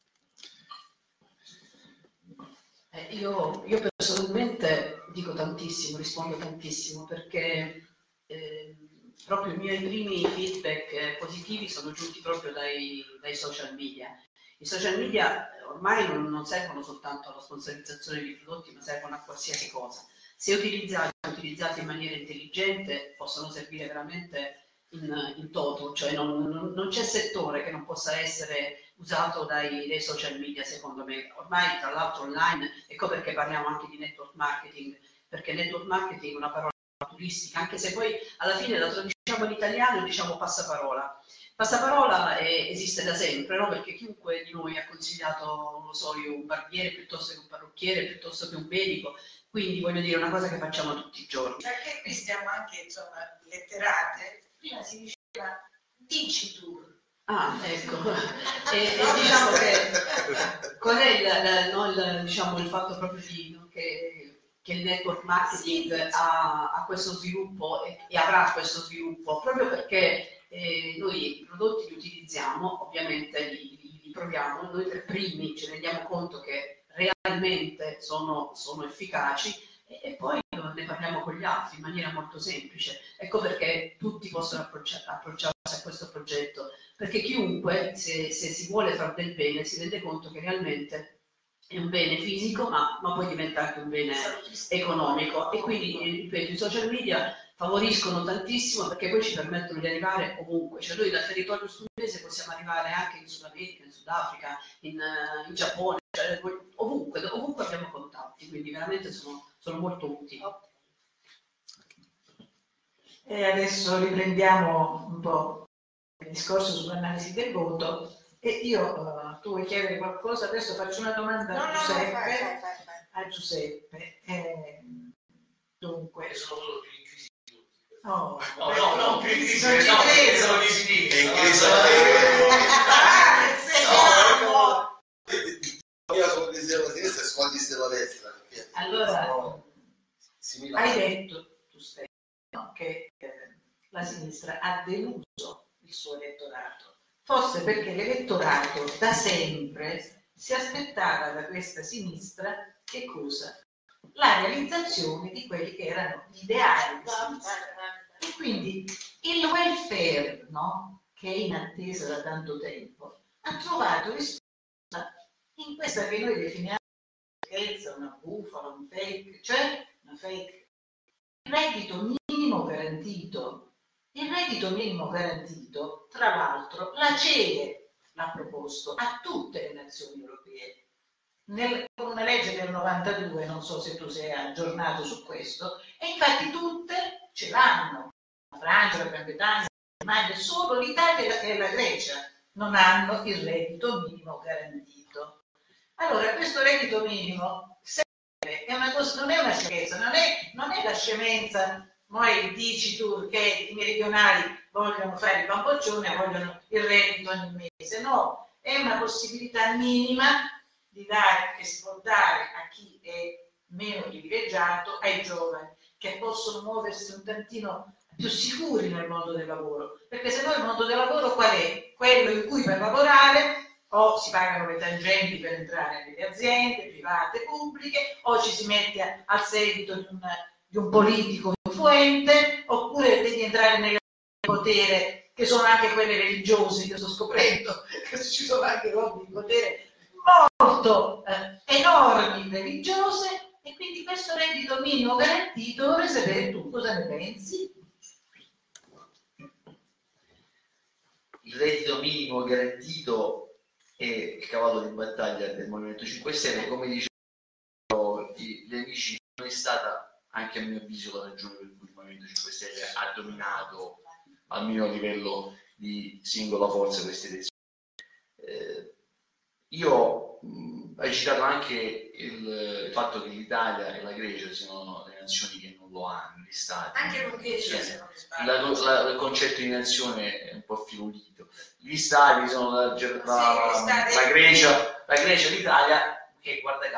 Io personalmente dico tantissimo, rispondo tantissimo, perché proprio i miei primi feedback positivi sono giunti proprio dai social media. I social media ormai non servono soltanto alla sponsorizzazione di prodotti, ma servono a qualsiasi cosa. Se utilizzati in maniera intelligente, possono servire veramente in toto, cioè non c'è settore che non possa essere usato dai social media, secondo me. Ormai, tra l'altro, online, ecco perché parliamo anche di network marketing, perché network marketing è una parola turistica, anche se poi alla fine la traduciamo in italiano e diciamo passaparola. Passaparola esiste da sempre, no? Perché chiunque di noi ha consigliato, non lo so, io un barbiere piuttosto che un parrucchiere, piuttosto che un medico, quindi voglio dire, è una cosa che facciamo tutti i giorni. Perché qui stiamo anche, insomma, letterate. Prima si diceva dici tu. Ah, ecco. E diciamo che qual è diciamo, il fatto proprio che il network marketing ha questo sviluppo e avrà questo sviluppo, proprio perché noi i prodotti li utilizziamo, ovviamente li proviamo, noi per primi ci rendiamo conto che realmente sono efficaci e poi ne parliamo con gli altri in maniera molto semplice. Ecco perché tutti possono approcciarsi a questo progetto, perché chiunque, se si vuole fare del bene, si rende conto che realmente è un bene fisico, ma poi diventa anche un bene economico. E quindi, ripeto, i social media favoriscono tantissimo perché poi ci permettono di arrivare ovunque. Cioè noi dal territorio studentese possiamo arrivare anche in Sud America, in Sudafrica, in Giappone, cioè ovunque abbiamo contatti, quindi veramente sono molto utili. E adesso riprendiamo un po' il discorso sull'analisi del voto. E io, tu vuoi chiedere qualcosa? Adesso faccio una domanda a Giuseppe. A Giuseppe. Dunque. No, più inquisiti. Non ci credo. Sono di sinistra. Io sono di sinistra e sono di destra. Allora, hai detto tu stesso, no, che la sinistra ha deluso il suo elettorato. Forse perché l'elettorato da sempre si aspettava da questa sinistra che cosa? La realizzazione di quelli che erano gli ideali di sinistra. E quindi il welfare, no, che è in attesa da tanto tempo, ha trovato risposta in questa che noi definiamo una bufala, un fake, cioè una fake. Il reddito minimo garantito. Il reddito minimo garantito, tra l'altro, la CEE l'ha proposto a tutte le nazioni europee. Con una legge del 92, non so se tu sei aggiornato su questo, e infatti tutte ce l'hanno. La Francia, la Gran Bretagna, ma solo l'Italia e la Grecia non hanno il reddito minimo garantito. Allora, questo reddito minimo serve, è una cosa, non è una scienza, non è la scemenza. Poi dici tu che i meridionali vogliono fare il bamboccione, vogliono il reddito ogni mese. No, è una possibilità minima di dare, che si può dare a chi è meno privilegiato ai giovani, che possono muoversi un tantino più sicuri nel mondo del lavoro, perché se no il mondo del lavoro qual è? Quello in cui per lavorare o si pagano le tangenti per entrare nelle aziende private, pubbliche, o ci si mette al seguito di un politico influente, oppure devi entrare nelle potere, che sono anche quelle religiose, che sto scoprendo che ci sono anche lobby di potere molto enormi religiose, e quindi questo reddito minimo garantito, vorrei sapere tu cosa ne pensi? Il reddito minimo garantito è il cavallo di battaglia del Movimento 5 Stelle, come dicevano gli amici, non è stata, anche a mio avviso, la ragione per cui il Movimento 5 Stelle ha dominato al minimo livello di singola forza queste elezioni. Hai citato anche il fatto che l'Italia e la Grecia siano le nazioni che non lo hanno, gli stati. Anche l'Ungheria, se non mi sbaglio. Il concetto di nazione è un po' affievolito. Gli stati sono la Grecia, l'Italia, che guarda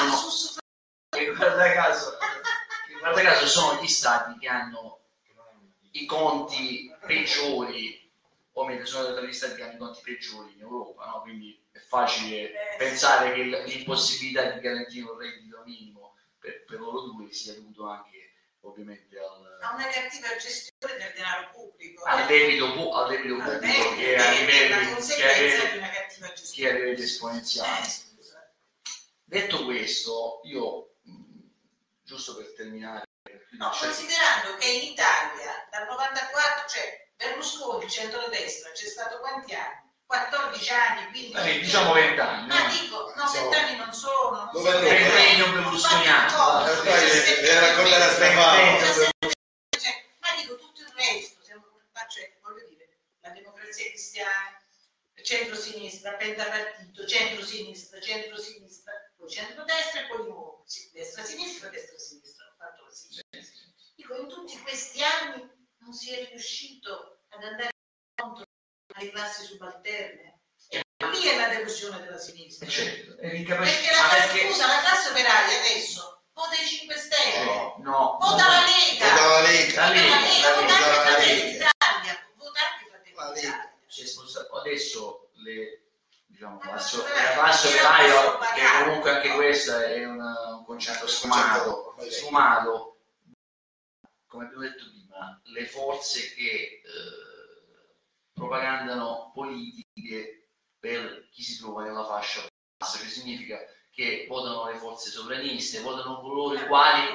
caso sono gli stati che hanno i conti peggiori, o meglio, sono tra gli stati che hanno i conti peggiori in Europa, no? Quindi è facile pensare che l'impossibilità di garantire un reddito minimo per loro due sia dovuto anche ovviamente a una cattiva gestione del denaro pubblico, al debito pubblico che a livelli che a livelli esponenziali. Detto questo, io giusto per terminare, considerando che in Italia dal 94, cioè Berlusconi, centrodestra, c'è stato quanti anni? 14 anni, quindi diciamo 20 anni. Ma dico, no, 20 anni non sono. 20 anni non berlusconiani. Ma dico tutto il resto, cioè, voglio dire, la Democrazia Cristiana, centro-sinistra, pentapartito, centro-sinistra, poi centrodestra e poi di nuovo destra-sinistra, destra-sinistra. Ho fatto così. Dico, in tutti questi anni non si è riuscito ad andare contro alle classi subalterne. E lì è la delusione della sinistra. Certo. Perché la classe operaia adesso vota i 5 Stelle, no, vota la Lega, vota l'Italia, vota anche Fratelli d'Italia. Adesso la classe operaia, che comunque anche questo è un concetto sfumato, come abbiamo detto prima, le forze che propagandano politiche per chi si trova nella fascia bassa, che significa che votano le forze sovraniste, votano coloro i quali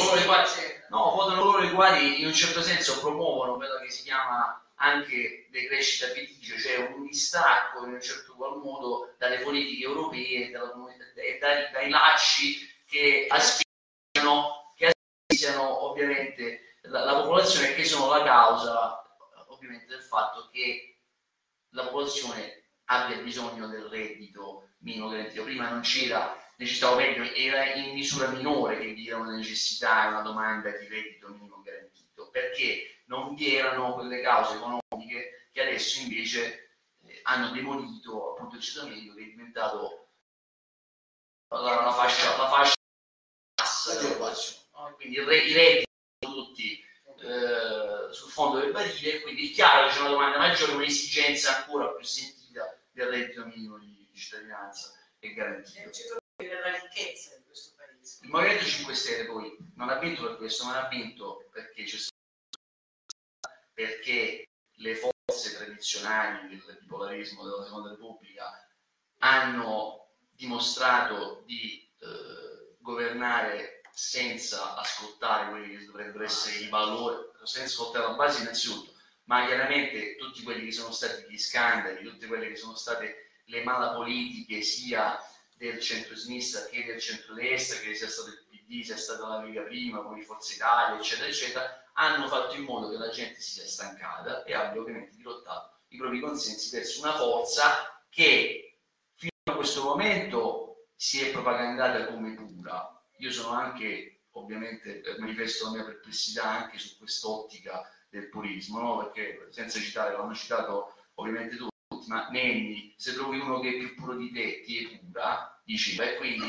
in un certo senso promuovono quella che si chiama anche decrescita fetice, cioè un distacco in un certo qual modo dalle politiche europee e dai lacci che asfissiano ovviamente la popolazione, e che sono la causa ovviamente del fatto che la popolazione abbia bisogno del reddito minimo garantito. Prima non c'era necessità, o meglio, era in misura minore che vi era una necessità e una domanda di reddito minimo garantito, perché non vi erano quelle cause economiche che adesso invece hanno demolito appunto il ceto medio, che è diventato la fascia bassa. Quindi i redditi sono tutti sul fondo del barile, quindi è chiaro che c'è una domanda maggiore, un'esigenza ancora più sentita del reddito minimo di cittadinanza e garantito. La ricchezza di questo paese. Il Movimento 5 Stelle poi non ha vinto per questo, ma ha vinto perché c'è stato, perché le forze tradizionali del bipolarismo della Seconda Repubblica hanno dimostrato di governare senza ascoltare quelli che dovrebbero essere i valori, senza ascoltare la base innanzitutto, ma chiaramente tutti quelli che sono stati gli scandali, tutte quelle che sono state le malapolitiche sia del centro-sinistra che del centrodestra, che sia stato il PD, sia stata la Lega prima, poi Forza Italia, eccetera, eccetera, hanno fatto in modo che la gente si sia stancata e abbia ovviamente dirottato i propri consensi verso una forza che fino a questo momento si è propagandata come pura. Io sono anche, ovviamente, manifesto la mia perplessità anche su quest'ottica del purismo, no? Perché senza citare, l'hanno citato ovviamente tutti, ma Nenni, se trovi uno che è più puro di te, ti è pura, diceva, e quindi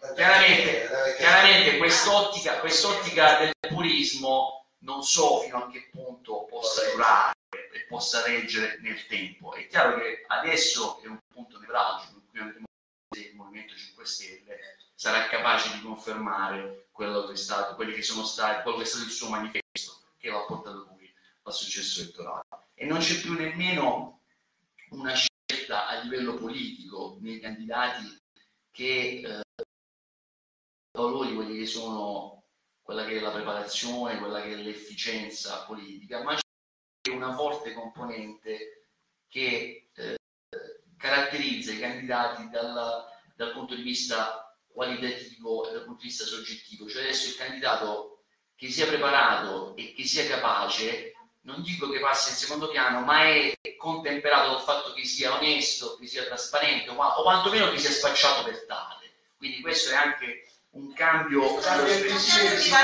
chiaramente quest'ottica del purismo non so fino a che punto possa durare e possa reggere nel tempo. È chiaro che adesso è un punto nevralgico in cui andremo a vedere se il Movimento 5 Stelle sarà capace di confermare quello che è stato il suo manifesto, che l'ha portato poi al successo elettorale. E non c'è più nemmeno una scelta a livello politico nei candidati che valori quelli che sono quella che è la preparazione, quella che è l'efficienza politica, ma c'è una forte componente che caratterizza i candidati dal punto di vista qualitativo e dal punto di vista soggettivo. Cioè adesso il candidato che sia preparato e che sia capace, non dico che passi in secondo piano, ma è contemperato dal fatto che sia onesto, che sia trasparente, o quantomeno che sia spacciato per tale. Quindi questo è anche un cambio di valore, questo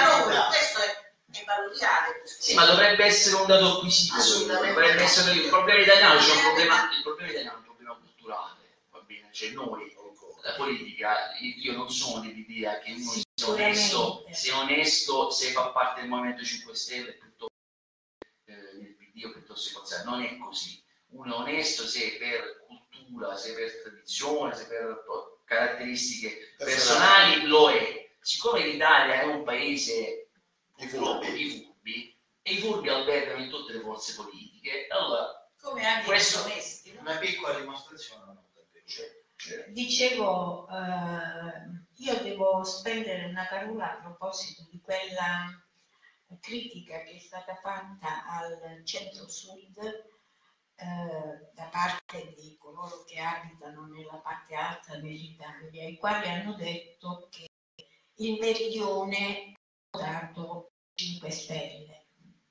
è valoriale. Sì, ma dovrebbe essere un dato acquisito. Dovrebbe essere il problema italiano, c'è un problema culturale, va bene? Cioè noi, la politica, io non sono dell'idea che uno sia onesto se fa parte del Movimento 5 Stelle piuttosto nel PD o piuttosto che forza. Non è così. Uno è onesto se per cultura, se per tradizione, se per caratteristiche personali lo è. Siccome l'Italia è un paese di furbi e i furbi albergano in tutte le forze politiche, allora come anche questo onesti, no? Una piccola dimostrazione. Dicevo, io devo spendere una parola a proposito di quella critica che è stata fatta al centro-sud da parte di coloro che abitano nella parte alta dell'Italia, i quali hanno detto che il meridione ha votato 5 Stelle.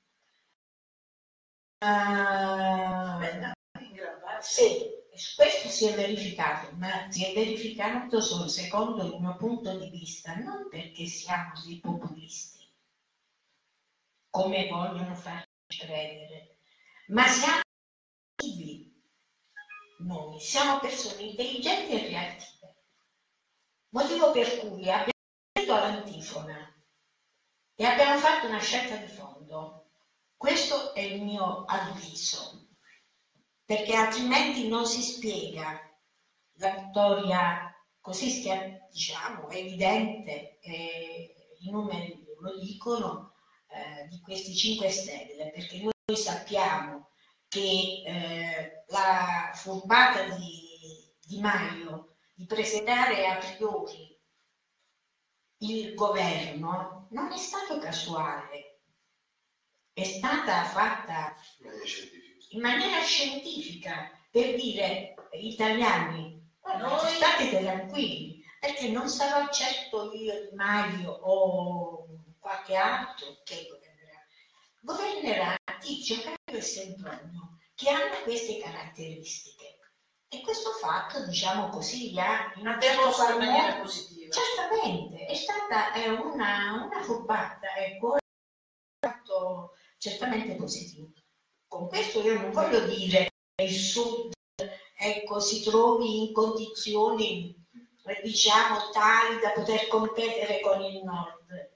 Sì, questo si è verificato, ma si è verificato solo secondo il mio punto di vista, non perché siamo dei populisti, come vogliono farci credere, ma siamo vivi. Noi siamo persone intelligenti e reattive, motivo per cui abbiamo detto all'antifona e abbiamo fatto una scelta di fondo. Questo è il mio avviso, perché altrimenti non si spiega la vittoria così, diciamo, evidente, i numeri lo dicono, di questi 5 Stelle, perché noi sappiamo che la furbata di Maio di presentare a priori il governo non è stato casuale, è stata fatta in maniera scientifica per dire italiani, state tranquilli, perché non sarò certo io Di Maio o qualche altro che governerà Tizio, Caio e Sempronio, che hanno queste caratteristiche. E questo fatto, diciamo così, ha in in maniera positiva. Certamente, è stata una furbata, ecco, è un fatto certamente positivo. Con questo io non voglio dire che il Sud, ecco, si trovi in condizioni, diciamo, tali da poter competere con il Nord,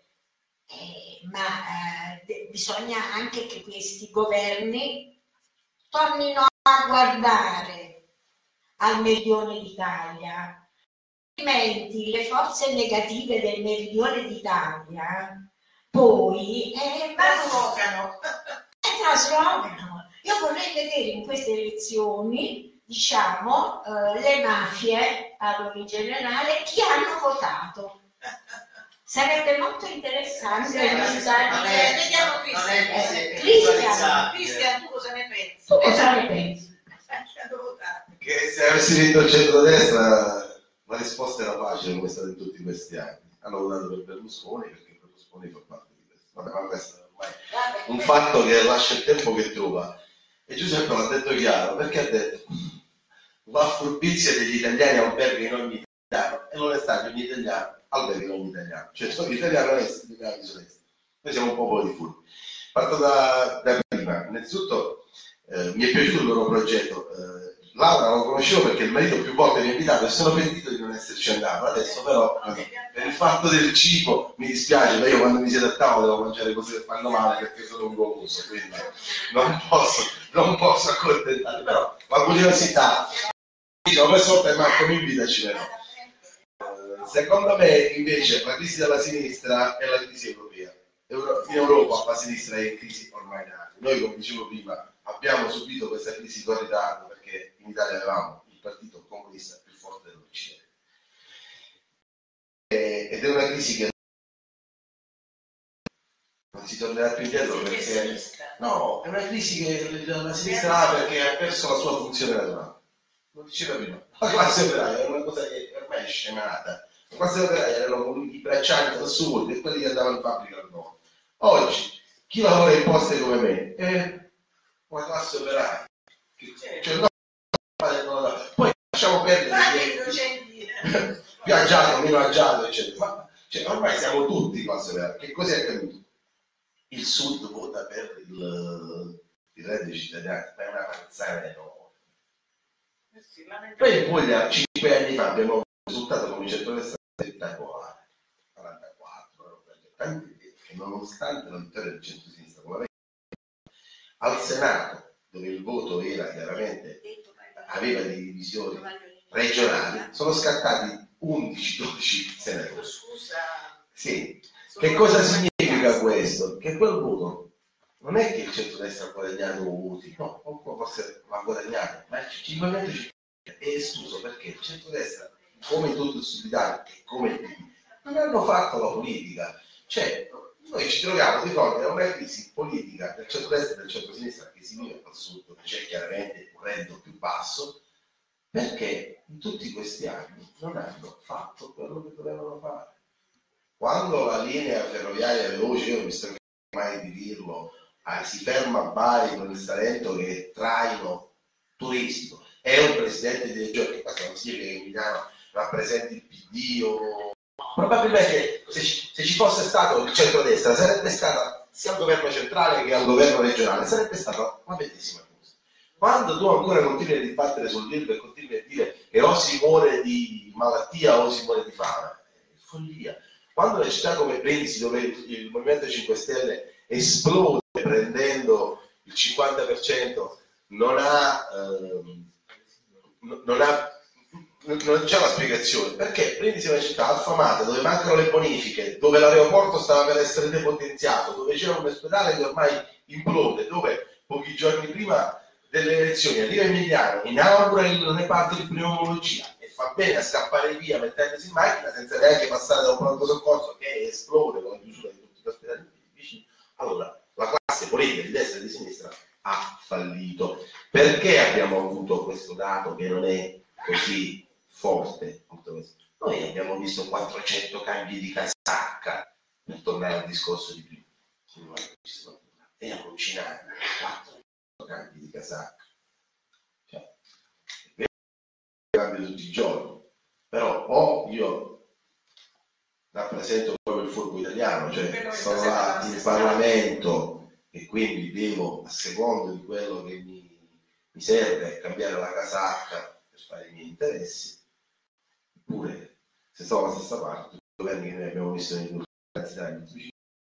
ma bisogna anche che questi governi tornino a guardare al meridione d'Italia, altrimenti le forze negative del meridione d'Italia poi traslocano. Io vorrei vedere in queste elezioni, diciamo, le mafie ad ogni generale chi hanno votato. Sarebbe molto interessante. Vediamo Cristian, tu cosa ne pensi? Tu cosa ne pensi? Che se avessi vinto il centrodestra la risposta era facile, come è stato in tutti questi anni. Hanno votato per Berlusconi perché Berlusconi fa parte di questo. Vabbè, ma questo è ormai un fatto che lascia il tempo che trova. E Giuseppe l'ha detto chiaro, perché ha detto la furbizia degli italiani alberga in ogni italiano, e l'onestà di ogni italiano alberga in ogni italiano. Cioè sono gli italiani onesti, gli italiani disonesti. Noi siamo un popolo di furbi. Parto da prima. Innanzitutto mi è piaciuto il loro progetto. Laura lo conoscevo perché il marito più volte mi ha invitato e sono pentito di non esserci andato. Adesso però per il fatto del cibo mi dispiace, ma io quando mi siedo a tavola devo mangiare cose che fanno male perché sono un goloso, quindi non posso accontentare, però la curiosità, diciamo, questa volta Marco mi invita, ci verrò. Secondo me invece la crisi della sinistra è la crisi europea. In Europa la sinistra è in crisi ormai da anni. Noi, come dicevo prima, abbiamo subito questa crisi con ritardo perché in Italia avevamo il partito comunista più forte dell'Occidente. Ed è una crisi che non si tornerà più indietro perché no, è una crisi che la sinistra ha perché ha perso la sua funzione naturale. Lo diceva prima, la classe operaia è una cosa che ormai è scemata. La classe operaia erano i braccianti al sud e quelli che andavano in fabbrica al nord. Oggi chi lavora in poste come me è una classe operaia. Cioè, poi lasciamo perdere più agiato, meno agiato, eccetera. Ma cioè, ormai siamo tutti classe operaia. Che cosa è accaduto? Il sud vota per il reddito di cittadinanza, ma è una panzana enorme. Poi in Puglia 5 anni fa abbiamo un risultato come centrodestra spettacolare, 44, tanti che nonostante la vittoria del centro-sinistra al Senato, dove il voto era chiaramente, aveva delle divisioni regionali, sono scattati 11-12 senatori. Sì. Che cosa significa questo? Che quel voto non è che il centrodestra ha guadagnato voti, no, forse l'ha guadagnato, ma il Movimento 5 Stelle è escluso perché il centrodestra, come tutto il Sud Italia e come il PD, non hanno fatto la politica. Cioè, noi ci troviamo di fronte a una crisi politica del centrodestra e del centrosinistra che si vive al sud, dove c'è chiaramente un reddito più basso, perché in tutti questi anni non hanno fatto quello che dovevano fare. Quando la linea ferroviaria veloce, io non mi sto mai di dirlo, si ferma a Bari con il Salento che è traino turistico, è un presidente di regione, che questo non significa che Milano rappresenti il PD o... Probabilmente se ci fosse stato il centrodestra sarebbe stata sia al governo centrale che al governo regionale, sarebbe stata una bellissima cosa. Quando tu ancora continui a dibattere sul libro e continui a dire che o si muore di malattia o si muore di fame, è follia. Quando le città come Brindisi, dove il Movimento 5 Stelle esplode prendendo il 50%, non c'è una spiegazione, perché Brindisi è una città affamata, dove mancano le bonifiche, dove l'aeroporto stava per essere depotenziato, dove c'era un ospedale che ormai implode, dove pochi giorni prima delle elezioni arriva Emiliano, inaugura il reparto di pneumologia e fa bene a scappare via mettendosi in macchina senza neanche passare da un pronto soccorso che esplode con la chiusura di tutti gli ospedali vicini. Allora, la classe politica di destra e di sinistra ha fallito. Perché abbiamo avuto questo dato che non è così forte? Noi abbiamo visto 400 cambi di casacca, per tornare al discorso di prima. È allucinante, 400 cambi di casacca. Cioè, cambio tutti i giorni, però o io rappresento proprio il furbo italiano, cioè sono là in Parlamento e quindi devo, a secondo di quello che mi serve, cambiare la casacca per fare i miei interessi, oppure se sono alla stessa parte, i governi che noi abbiamo visto negli ultimi anni,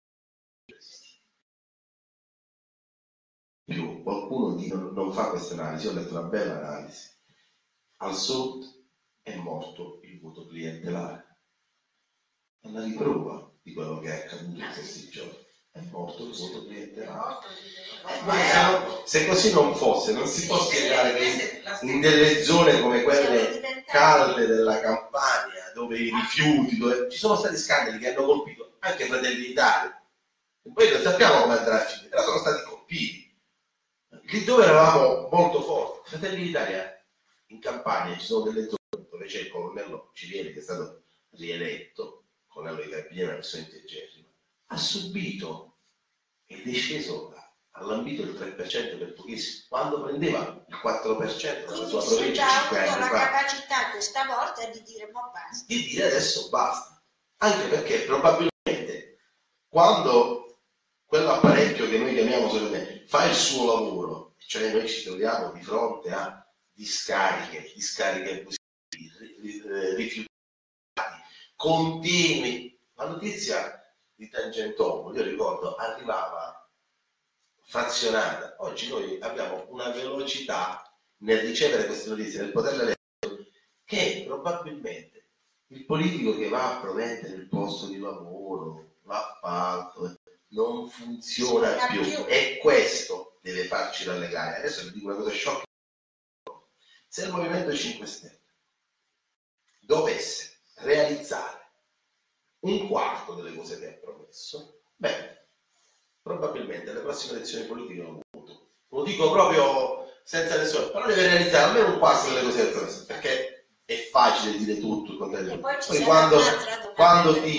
più qualcuno non fa questa analisi. Ho letto una bella analisi. Al sud è morto il voto clientelare, è una riprova di quello che è accaduto in questi giorni. È morto il voto clientelare. Se così non fosse, non si può spiegare che in delle zone come quelle calde della Campania, dove i rifiuti, dove ci sono stati scandali che hanno colpito anche Fratelli d'Italia, e poi non sappiamo come andrà a finire, però sono stati colpiti. Lì dove eravamo molto forti, Fratelli d'Italia, in Campania ci sono delle zone dove c'è il colonnello Cirielli che è stato rieletto, colonnello di Carabinieri, una persona intelligente, ha subito ed è sceso, ha lambito il 3% per pochissimo, quando prendeva il 4% della sua provincia 5 anni fa. La capacità questa volta è di dire ma basta. Di dire adesso basta, anche perché probabilmente quando quell'apparecchio che noi chiamiamo fa il suo lavoro, cioè noi ci troviamo di fronte a discariche abusive, rifiuti continui. La notizia di Tangentopoli, io ricordo, arrivava frazionata. Oggi noi abbiamo una velocità nel ricevere queste notizie, nel poterle leggere, che probabilmente il politico che va a promettere il posto di lavoro, l'appalto, non funziona più, e questo deve farci rallegrare. Adesso vi dico una cosa sciocca: se il Movimento 5 Stelle dovesse realizzare un quarto delle cose che ha promesso, beh, probabilmente alle prossime elezioni politiche non voto. Lo dico proprio senza nessuno, però deve realizzare almeno un quarto delle cose che ha promesso, perché è facile dire tutto il contrario. Poi quando ti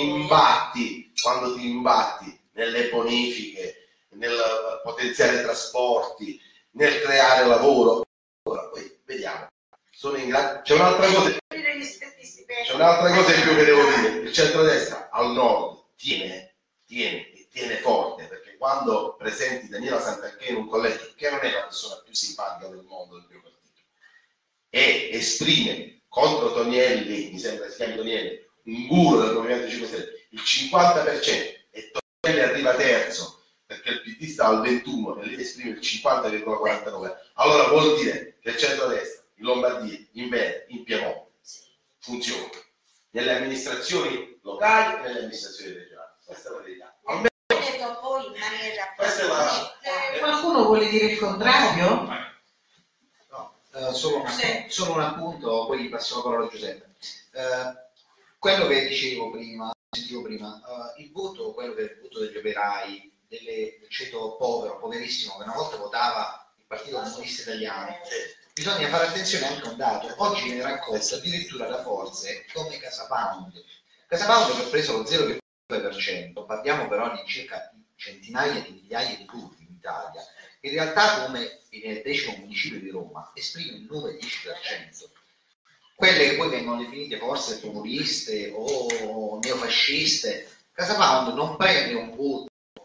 imbatti nelle bonifiche, nel potenziare i trasporti, nel creare lavoro, ora poi vediamo. Sono in grado. C'è un'altra cosa in più che devo dire: il centrodestra al nord tiene forte, perché quando presenti Daniela Santanchè in un collegio, che non è la persona più simpatica del mondo del mio partito, e esprime contro Tonielli, mi sembra si chiami Tonielli, un guru del Movimento 5 Stelle, il 50%, e Tonielli arriva terzo perché il PD sta al 21% e lei esprime il 50,49%, allora vuol dire che il centrodestra in Lombardia, in Veneto, in Piemonte funziona nelle amministrazioni locali e nelle amministrazioni regionali. Questa è la verità. Almeno poi in maniera qualcuno vuole dire il contrario? No, solo un appunto, poi gli passo la parola a Giuseppe. Quello che dicevo prima, il voto, quello che è il voto degli operai, del ceto povero, poverissimo, che una volta votava il Partito Comunista Italiano, bisogna fare attenzione anche a un dato: oggi viene raccolto addirittura da forze come CasaPound. CasaPound che ha preso lo 0,2%, parliamo però di circa centinaia di migliaia di voti in Italia. In realtà, come nel 10° municipio di Roma, esprime il 9-10%. Quelle che poi vengono definite forze populiste o neofasciste, CasaPound non prende un voto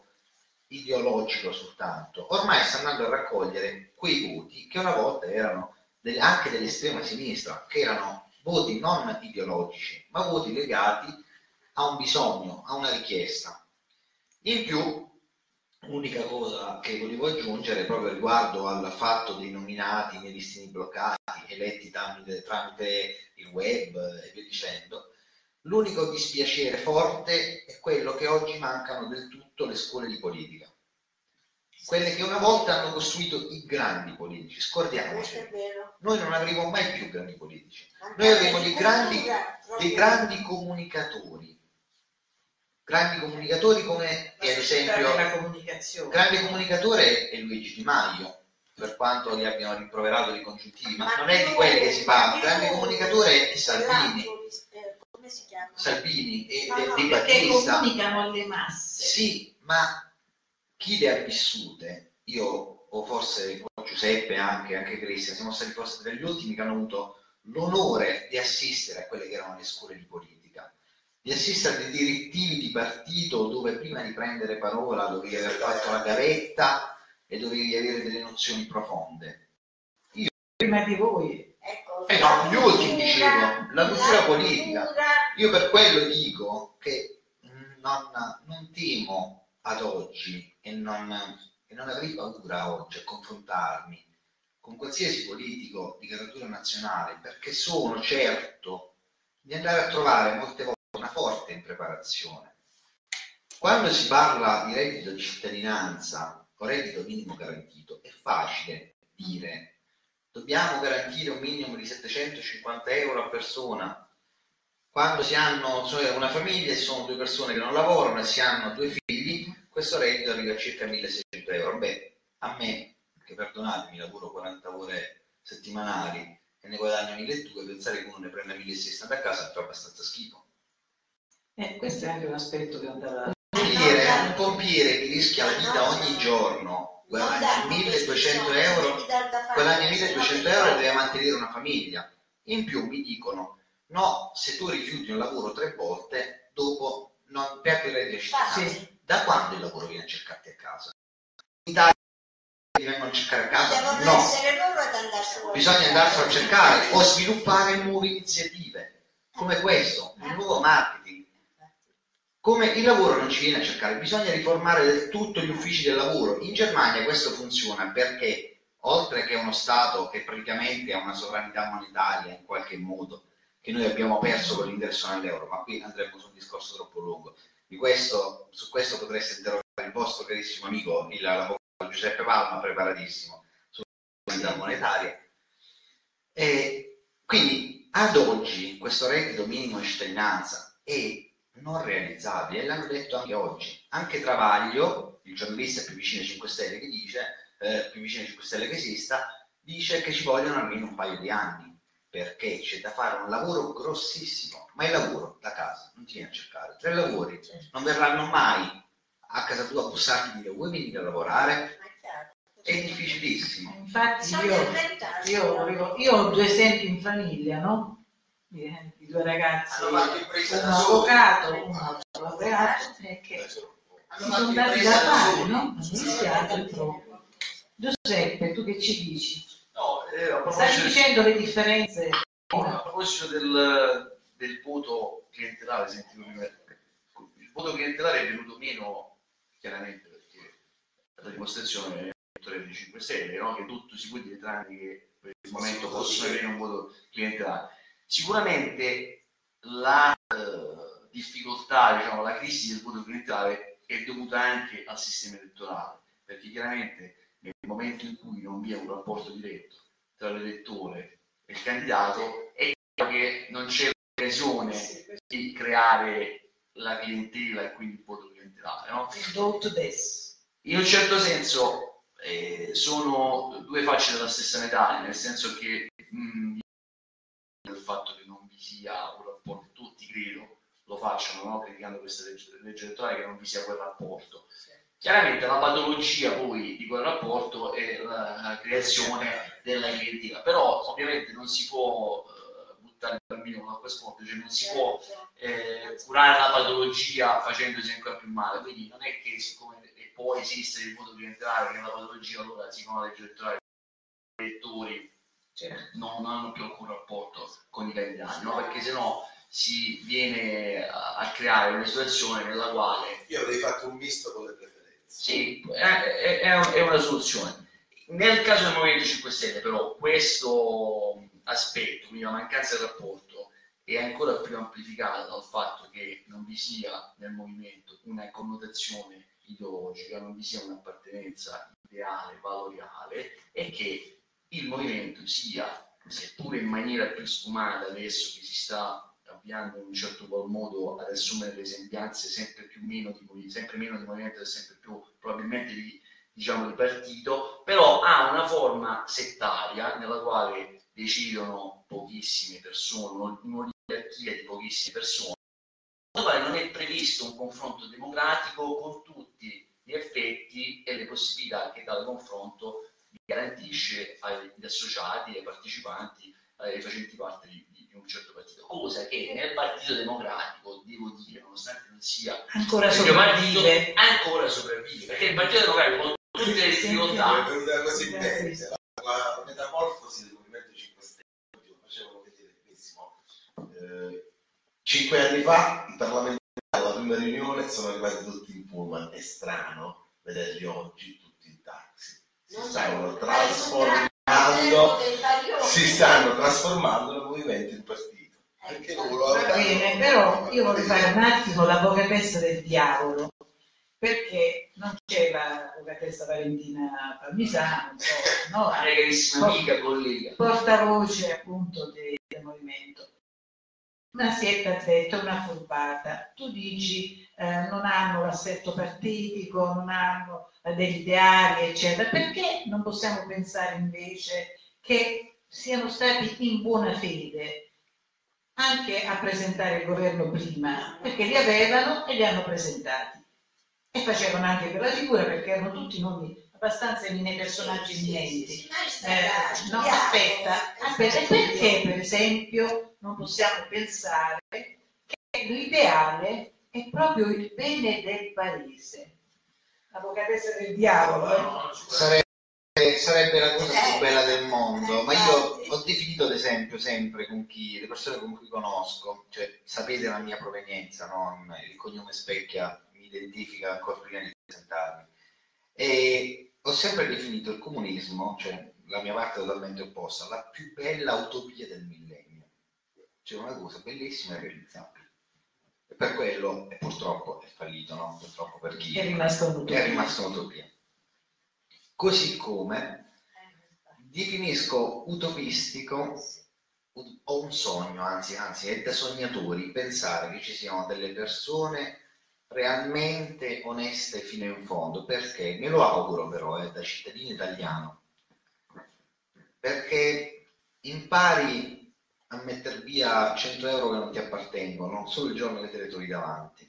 ideologico soltanto, ormai sta andando a raccogliere quei voti che una volta erano anche dell'estrema sinistra, che erano voti non ideologici, ma voti legati a un bisogno, a una richiesta. In più, l'unica cosa che volevo aggiungere proprio riguardo al fatto dei nominati nei listini bloccati, eletti tramite il web e via dicendo, l'unico dispiacere forte è quello che oggi mancano del tutto le scuole di politica. Quelle che una volta hanno costruito i grandi politici, scordiamoci. Noi non avremo mai più grandi politici. Noi avremo dei grandi comunicatori. Grandi comunicatori come, ad esempio, grande comunicatore è Luigi Di Maio, per quanto gli abbiano rimproverato dei congiuntivi, ma non è di quelli che si parla. Grande comunicatore è Salvini. Come si chiama? Salvini e Di Perché Battista. comunicano alle masse. Sì, ma chi le ha vissute, io o forse Giuseppe anche Cristian, siamo stati forse tra gli ultimi che hanno avuto l'onore di assistere a quelle che erano le scuole di politica, di assistere a dei direttivi di partito dove prima di prendere parola dovevi aver fatto la gavetta e dovevi avere delle nozioni profonde. Prima di voi. No, gli ultimi dicevo, la cultura politica. Io per quello dico che non temo ad oggi e non avrei paura oggi a confrontarmi con qualsiasi politico di caratura nazionale, perché sono certo di andare a trovare molte volte una forte impreparazione. Quando si parla di reddito di cittadinanza o reddito minimo garantito, è facile dire dobbiamo garantire un minimo di 750 euro a persona. Quando si hanno una famiglia e sono due persone che non lavorano e si hanno due figli, questo reddito arriva a circa 1600 euro. Beh, a me, che perdonatemi, lavoro 40 ore settimanali e ne guadagno 1200, pensare che uno ne prenda 1600 a casa mi fa abbastanza schifo. Questo è anche un aspetto che andava... Un pompiere che rischia la vita ogni giorno, guadagna 1200 euro, e deve mantenere una famiglia. In più mi dicono, no, se tu rifiuti un lavoro 3 volte, dopo non perdi il reddito di cittadinanza. Da quando il lavoro viene a cercarti a casa? In Italia ti vengono a cercare a casa. Devono No, essere loro ad andarselo a bisogna andarselo a cercare o sviluppare nuove iniziative come questo, un nuovo marketing. Come il lavoro non ci viene a cercare, bisogna riformare del tutto gli uffici del lavoro. In Germania questo funziona perché, oltre che uno Stato che praticamente ha una sovranità monetaria in qualche modo, che noi abbiamo perso con l'ingresso nell'euro, ma qui andremo su un discorso troppo lungo. Su questo potreste interrogare il vostro carissimo amico, l'avvocato Giuseppe Palma, preparatissimo sulla sovranità monetaria. E quindi ad oggi questo reddito minimo di cittadinanza è non realizzabile, e l'hanno detto anche oggi. Anche Travaglio, il giornalista più vicino ai 5 Stelle che dice, più vicino ai 5 Stelle che esista, dice che ci vogliono almeno un paio di anni, perché c'è da fare un lavoro grossissimo, ma il lavoro da casa non ti viene a cercare, 3 lavori non verranno mai a casa tua a bussarti e dire vuoi venire a lavorare? È difficilissimo. Infatti io ho 2 esempi in famiglia, no? Di 2 ragazzi, un avvocato, un altro laureato, che si sono dati da fare, no? Non mi spiace troppo. Giuseppe, tu che ci dici? No, Stai dicendo le differenze? A proposito del voto clientelare, sentivo prima, il voto clientelare è venuto meno chiaramente perché la dimostrazione dei 5 Stelle, no? Che tutto si può dire tranne che per il momento possono avere un voto clientelare. Sicuramente la difficoltà, diciamo, la crisi del voto clientelare è dovuta anche al sistema elettorale, perché chiaramente nel momento in cui non vi è un rapporto diretto tra l'elettore e il candidato, è chiaro che non c'è l'occasione di creare la clientela e quindi il voto clientelare, no? In un certo senso sono 2 facce della stessa medaglia, nel senso che il fatto che non vi sia un rapporto, tutti credo lo facciano, no? Criticando questa legge elettorale, che non vi sia quel rapporto. Chiaramente la patologia poi di quel rapporto è la creazione della clientela, però ovviamente non si può buttare il bambino con l'acqua sporca, cioè non si può curare la patologia facendosi ancora più male, quindi non è che siccome può esistere il voto clientelare che è una patologia, allora siccome la legge elettorale i elettori non hanno più alcun rapporto con i candidati, no? Perché sennò si viene a creare una situazione nella quale io avrei fatto un misto con le preferenze. Sì, è una soluzione. Nel caso del Movimento 5 Stelle però questo aspetto, quindi la mancanza del rapporto, è ancora più amplificata dal fatto che non vi sia nel movimento una connotazione ideologica, non vi sia un'appartenenza ideale, valoriale, e che il movimento sia, seppure in maniera più sfumata adesso che si sta avviando in un certo qual modo ad assumere le sembianze sempre meno di movimento e sempre più probabilmente di partito, però ha una forma settaria nella quale decidono pochissime persone, un'oligarchia di pochissime persone, nella quale non è previsto un confronto democratico con tutti gli effetti e le possibilità che tale confronto garantisce agli associati, ai partecipanti, ai facenti parte di un certo partito, cosa che nel Partito Democratico, devo dire, nonostante non sia ancora sopravvive, perché il Partito Democratico con tutte le difficoltà è venuta così in mente la metamorfosi del Movimento 5 Stelle, lo facevano vedere benissimo. 5 anni fa i parlamentari alla prima riunione sono arrivati tutti in pullman, è strano vederli oggi tutti in taxi, si stanno trasformando nel movimento in partito. Anche loro. Va bene, però io voglio fare un attimo l'avvocatessa del diavolo, perché non c'è l'avvocatessa Valentina Palmisano, no? Carissima amica, collega, portavoce appunto del movimento. Masietta ha detto una furbata, tu dici non hanno l'assetto partitico, non hanno degli ideali eccetera, perché non possiamo pensare invece che siano stati in buona fede anche a presentare il governo prima, perché li avevano e li hanno presentati e facevano anche per la figura, perché erano tutti nomi abbastanza personaggi eminenti. No, aspetta, e perché per esempio non possiamo pensare che l'ideale è proprio il bene del paese? L'avvocatessa del diavolo, Sarebbe sarebbe la cosa più bella del mondo, ma io ho definito ad esempio sempre le persone con cui conosco, cioè sapete la mia provenienza, no? Il cognome Specchia mi identifica ancora prima di presentarmi, e ho sempre definito il comunismo, cioè la mia parte totalmente opposta, la più bella utopia del millennio, cioè una cosa bellissima e realizzabile. E per quello, e purtroppo è fallito, no? Purtroppo per chi È rimasto un'utopia. Così come definisco utopistico o un sogno, anzi è da sognatori pensare che ci siano delle persone realmente oneste fino in fondo, perché me lo auguro però da cittadino italiano, perché impari a mettere via 100 euro che non ti appartengono solo il giorno che te le trovi davanti.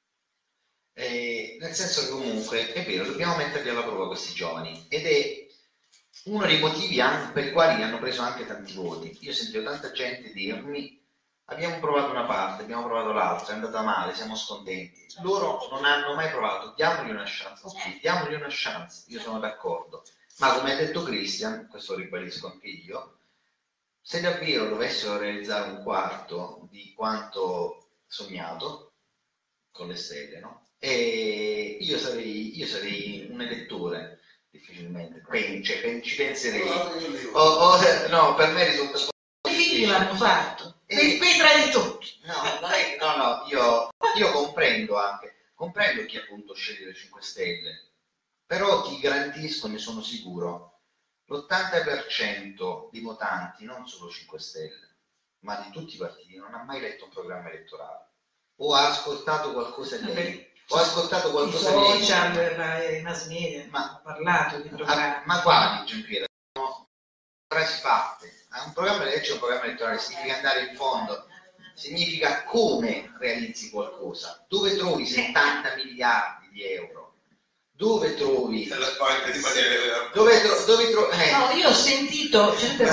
Nel senso che comunque è vero, dobbiamo metterli alla prova questi giovani, ed è uno dei motivi per i quali hanno preso anche tanti voti. Io sentivo tanta gente dirmi: abbiamo provato una parte, abbiamo provato l'altra, è andata male, siamo scontenti. Loro non hanno mai provato, diamogli una chance, diamogli una chance. Io sono d'accordo, ma come ha detto Christian, questo ribadisco anche io, se davvero dovessero realizzare un quarto di quanto sognato con le stelle, no? E io sarei un elettore, difficilmente, ci penserei. No, per me risulta figli l'hanno fatto, per tra di tutti. No, io comprendo chi appunto sceglie le 5 Stelle, però ti garantisco, ne sono sicuro, l'80% dei votanti, non solo 5 Stelle, ma di tutti i partiti, non ha mai letto un programma elettorale, o ha ascoltato qualcosa di lei. Ho ascoltato qualcosa di social, i mass media, ma ha parlato di programmi. Ma quali, Gianpiero? Sono frasi fatte. Un programma elettorale significa andare in fondo, significa come realizzi qualcosa, dove trovi 70 miliardi di euro, dove trovi... La parte di maniera... No, io ho sentito certe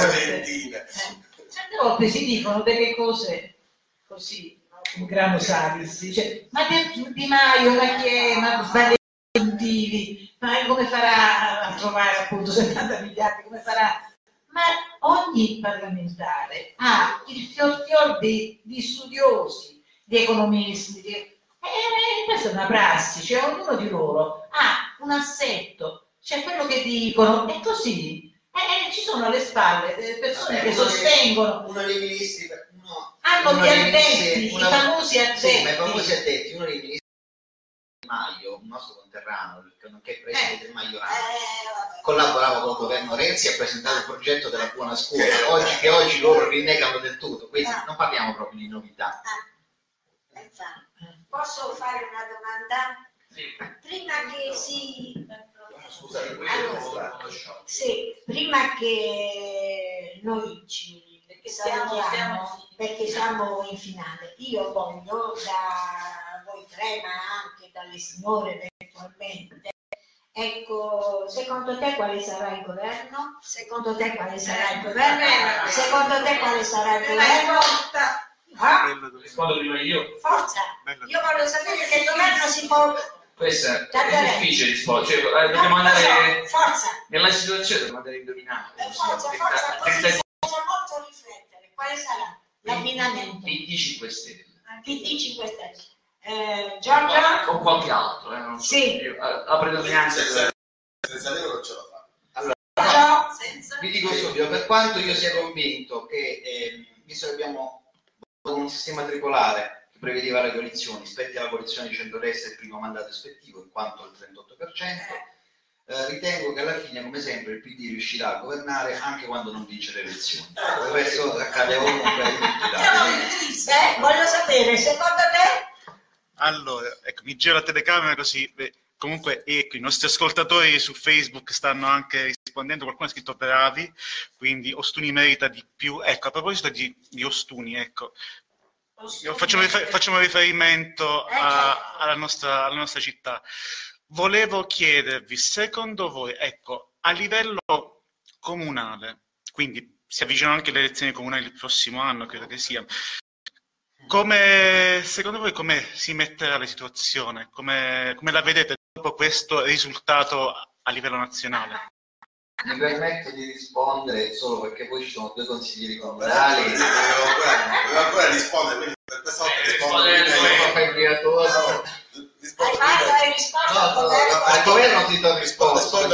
volte si dicono delle cose così, un grano salis, dice, ma Di Maio, ma chi è, ma Valentini, ma come farà a trovare appunto 70 miliardi, come farà? Ma ogni parlamentare ha il fior di studiosi, di economisti, questa è una prassi, cioè ognuno di loro ha un assetto, cioè quello che dicono, è così. Ci sono alle spalle delle persone che sostengono, uno dei ministri, hanno gli addetti, i famosi addetti. Sì, ma i famosi addetti, uno dei ministri Di Maio, un nostro conterraneo, nonché presidente del maggioranza, collaborava con il governo Renzi e ha presentato il progetto della buona scuola, oggi loro rinnegano del tutto, quindi non parliamo proprio di novità. Posso fare una domanda? Sì. Prima che si... Scusate, prima che noi ci salutiamo, perché siamo in finale, io voglio da voi tre, ma anche dalle signore eventualmente, ecco, secondo te quale sarà il governo? Secondo te quale sarà il governo? Secondo te quale sarà il governo? Rispondo prima io. Forza! Io voglio sapere che il governo si può... Questo è difficile rispondere, cioè, dobbiamo andare forza. Nella situazione, dobbiamo andare a indovinare. Forza, così bisogna molto riflettere. Quale sarà l'abbinamento? PD 5 Stelle. PD 5 Stelle. Giorgia? Con qualche altro, non so. Sì. La predominanza senza loro non ce la fa. Allora, vi dico subito, per quanto io sia convinto che, visto che abbiamo un sistema tripolare che prevedeva le coalizioni, spetti alla coalizione di centrodestra il primo mandato ispettivo in quanto il 38%, ritengo che alla fine, come sempre, il PD riuscirà a governare anche quando non vince le elezioni. Il resto accade ovunque. Voglio sapere, secondo te? Allora, ecco, mi giro la telecamera così... Comunque, ecco, i nostri ascoltatori su Facebook stanno anche rispondendo, qualcuno ha scritto bravi, quindi Ostuni merita di più. Ecco, a proposito di Ostuni, ecco, facciamo riferimento alla nostra città. Volevo chiedervi, secondo voi, ecco, a livello comunale, quindi si avvicinano anche le elezioni comunali il prossimo anno, credo che sia, secondo voi come si metterà la situazione? Come la vedete dopo questo risultato a livello nazionale? Mi permetto di rispondere solo perché poi ci sono due consiglieri comunali. Devo ancora rispondere, quindi per questa volta al governo ti do risposta.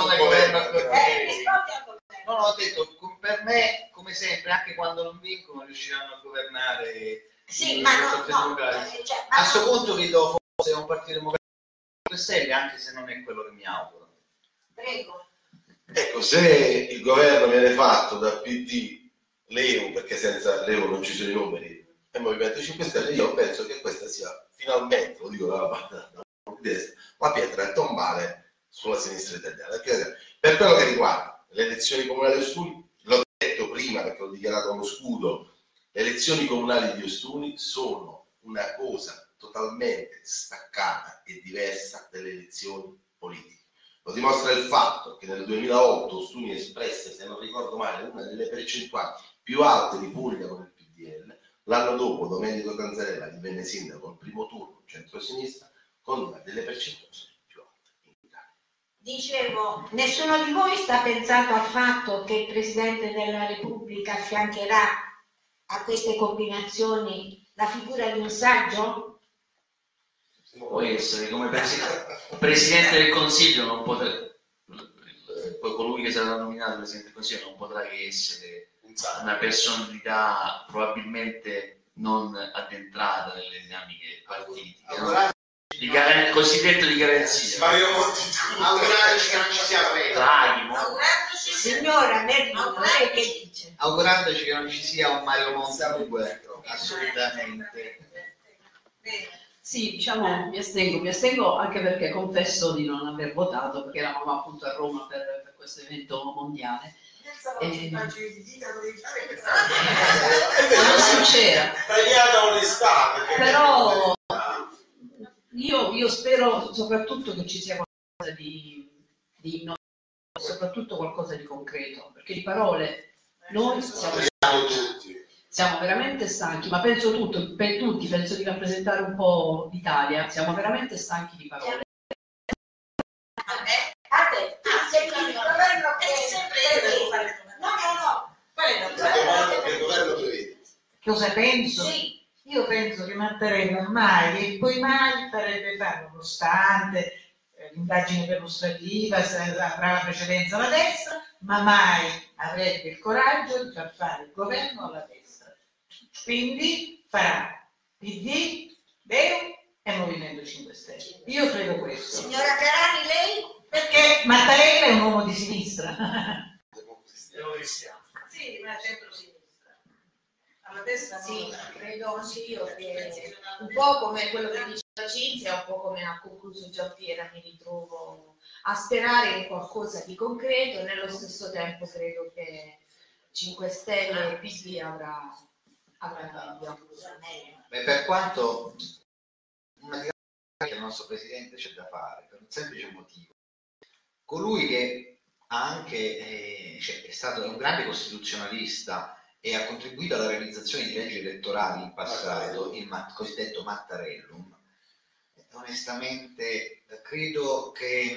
Non ho detto, per me, come sempre, anche quando non vincono, riusciranno a governare. Sì, ma no, a questo punto vi do forse un partito democratico 5 Stelle, anche se non è quello che mi auguro. Prego. Ecco, se il governo viene fatto da PD, l'EU, perché senza l'EU non ci sono i numeri, e Movimento 5 Stelle, io penso che questa sia finalmente, lo dico dalla parte di destra, la pietra tombale sulla sinistra italiana. Per quello che riguarda le elezioni comunali di Ostuni, l'ho detto prima perché l'ho dichiarato uno scudo, le elezioni comunali di Ostuni sono una cosa totalmente staccata e diversa dalle elezioni politiche. Lo dimostra il fatto che nel 2008 Ostuni espresse, se non ricordo male, una delle percentuali più alte di Puglia con il PDL. L'anno dopo Domenico Tanzarella divenne sindaco al primo turno, centrosinistra, con una delle percentuali più alte in Italia. Dicevo, nessuno di voi sta pensando al fatto che il Presidente della Repubblica affiancherà a queste combinazioni la figura di un saggio? Può essere come Presidente del Consiglio, non potrà, colui che sarà nominato Presidente del Consiglio non potrà che essere una personalità probabilmente non addentrata nelle dinamiche partitiche, cosiddetto di garanzia. Augurandoci che non ci sia Signora Merlino, lei che dice? Augurandoci che non ci sia un Mario Monti 2, assolutamente. Sì, diciamo, mi astengo anche perché confesso di non aver votato, perché eravamo appunto a Roma per questo evento mondiale. Non c'era. Però io spero soprattutto che ci sia qualcosa di innovativo, soprattutto qualcosa di concreto, perché di parole noi siamo veramente stanchi, ma penso per tutti, penso di rappresentare un po' l'Italia, siamo veramente stanchi di parole. Cosa penso? Io penso che Mattarella mai e poi mai farebbe fare, nonostante l'indagine perlustrativa avrà la precedenza alla destra, ma mai avrebbe il coraggio di far fare il governo alla destra. Quindi farà PD, DEU e Movimento 5 Stelle. Io credo questo. Signora Carani, lei? Perché Mattarella è un uomo di sinistra. Sì, ma centro-sinistra. Alla destra sì, credo anch'io che un po' come quello che diceva Cinzia, un po' come ha concluso Giampiera, mi ritrovo a sperare in qualcosa di concreto e nello stesso tempo credo che 5 Stelle e PD avrà meglio. Per quanto una dichiarazione che il nostro Presidente c'è da fare, per un semplice motivo. Colui che ha anche è stato un grande costituzionalista e ha contribuito alla realizzazione di leggi elettorali in passato, il cosiddetto Mattarellum, onestamente credo che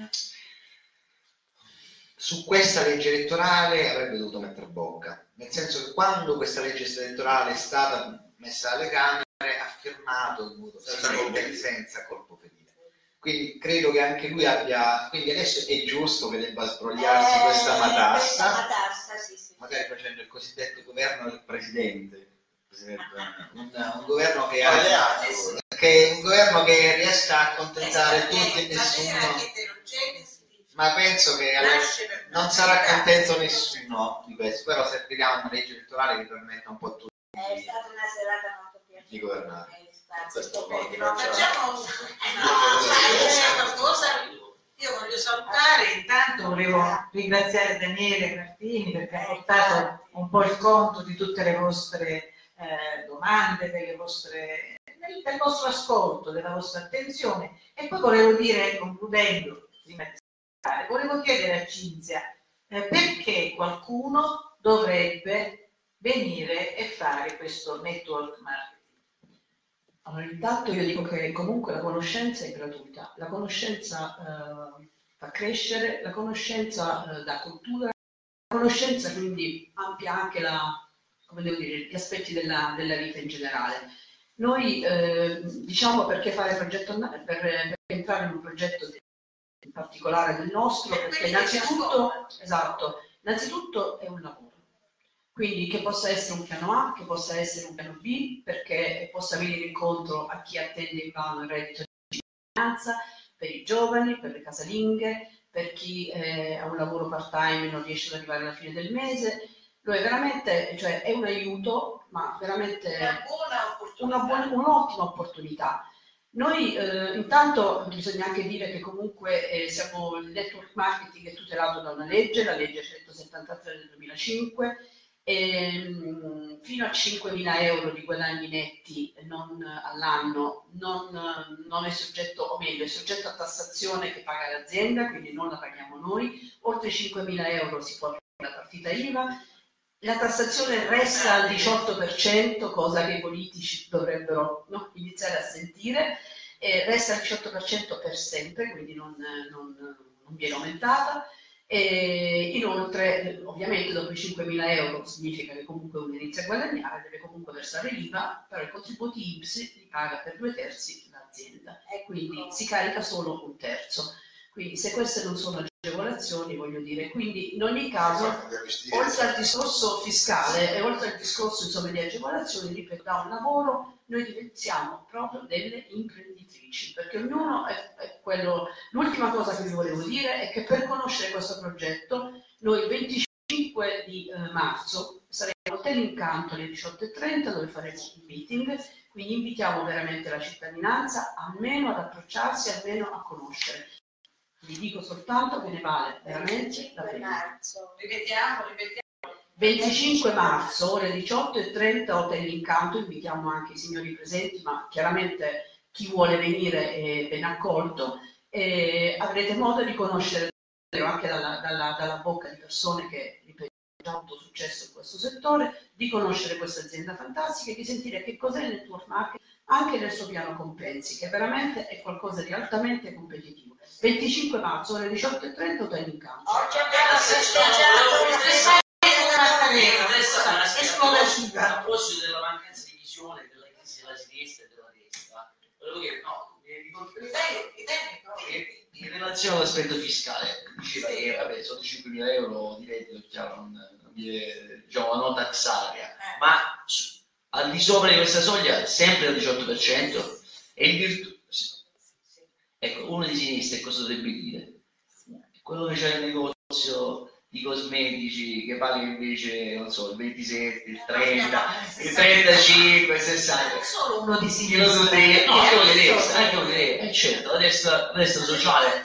su questa legge elettorale avrebbe dovuto mettere bocca, nel senso che quando questa legge elettorale è stata messa alle Camere ha firmato senza colpo ferire. Quindi credo che anche lui abbia, quindi adesso è giusto che debba sbrogliarsi questa matassa, sì. Magari facendo il cosiddetto governo del Presidente, un governo che un governo che riesca a accontentare tutti e nessuno, ma penso che non sarà contento nessuno di questo, però se vediamo una legge elettorale che permetta un po' a tutti è stata una serata molto piacevole di governare. Facciamo qualcosa. Io voglio salutare. Intanto volevo ringraziare Daniele Martini perché ha portato un po' il conto di tutte le vostre domande, del vostro ascolto, della vostra attenzione. E poi volevo dire, concludendo, prima di stare, volevo chiedere a Cinzia perché qualcuno dovrebbe venire e fare questo network marketing. Allora, intanto io dico che comunque la conoscenza è gratuita, la conoscenza fa crescere, la conoscenza dà cultura, la conoscenza quindi amplia anche come devo dire, gli aspetti della vita in generale. Noi diciamo perché fare progetto, per entrare in un progetto in particolare del nostro, perché innanzitutto è un lavoro. Quindi che possa essere un piano A, che possa essere un piano B, perché possa venire incontro a chi attende in vano il reddito di cittadinanza, per i giovani, per le casalinghe, per chi ha un lavoro part-time e non riesce ad arrivare alla fine del mese. Noi veramente, cioè è un aiuto, ma veramente un'ottima opportunità. Noi intanto bisogna anche dire che comunque siamo il network marketing è tutelato da una legge, la legge 173 del 2005, fino a 5.000 euro di guadagni netti all'anno non è soggetto, o meglio, è soggetto a tassazione che paga l'azienda, quindi non la paghiamo noi. Oltre 5.000 euro si può pagare la partita IVA. La tassazione resta al 18%, cosa che i politici dovrebbero iniziare a sentire, resta al 18% per sempre, quindi non viene aumentata. E inoltre, ovviamente, dopo i 5.000 euro significa che comunque uno inizia a guadagnare, deve comunque versare l'IVA, però i contributi INPS li paga per 2/3 l'azienda e quindi si carica solo 1/3. Quindi se queste non sono agevolazioni, voglio dire, quindi in ogni caso, oltre al discorso fiscale e oltre al discorso insomma di agevolazioni, ripeto, da un lavoro noi diventiamo proprio delle imprenditrici, perché ognuno è quello. L'ultima cosa che vi volevo dire è che per conoscere questo progetto, noi il 25 di marzo saremo all'Hotel Incanto alle 18:30 dove faremo un meeting, quindi invitiamo veramente la cittadinanza almeno ad approcciarsi, almeno a conoscere. Vi dico soltanto che ne vale veramente la pena. Ripetiamo. 25 marzo, ore 18:30, Hotel Incanto, invitiamo anche i signori presenti, ma chiaramente chi vuole venire è ben accolto. Avrete modo di conoscere anche dalla bocca di persone che, ripeto, hanno già avuto successo in questo settore, di conoscere questa azienda fantastica e di sentire che cos'è il network marketing anche nel suo piano compensi, che veramente è qualcosa di altamente competitivo. 25 marzo, ore 18:30, Hotel Incanto. Oggi abbiamo festeggiato esplosiva. A proposito della mancanza di visione della crisi della sinistra e della destra, volevo dire, in relazione all'aspetto fiscale, diceva che vabbè, sotto 5.000 euro di reddito chiaro, non viene, diciamo, la nota taxaria, ma al di sopra di questa soglia sempre al 18%, e in virtù. Ecco, uno di sinistra cosa dovrebbe dire? Quello che c'è il negozio di cosmetici che paga invece, non so, il 27, il 30, il 35, il 60. Solo uno di sinistra. No, anche uno di destra, certo, la destra sociale,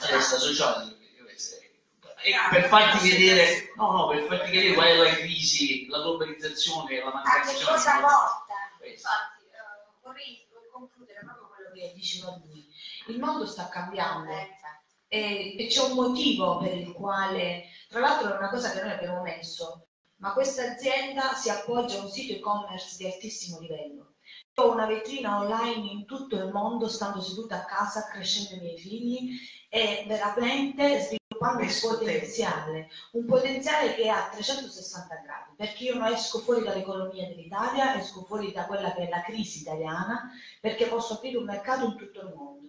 e per farti vedere, per farti vedere qual è la crisi, la globalizzazione, la mancanza di cosa porta. Infatti, vorrei concludere proprio quello che diceva lui. Il mondo sta cambiando e c'è un motivo per il quale, tra l'altro è una cosa che noi abbiamo messo, ma questa azienda si appoggia a un sito e-commerce di altissimo livello. Io ho una vetrina online in tutto il mondo, stando seduta a casa, crescendo i miei figli e veramente sviluppando un potenziale che è a 360 gradi, perché io non esco fuori dall'economia dell'Italia, esco fuori da quella che è la crisi italiana, perché posso aprire un mercato in tutto il mondo.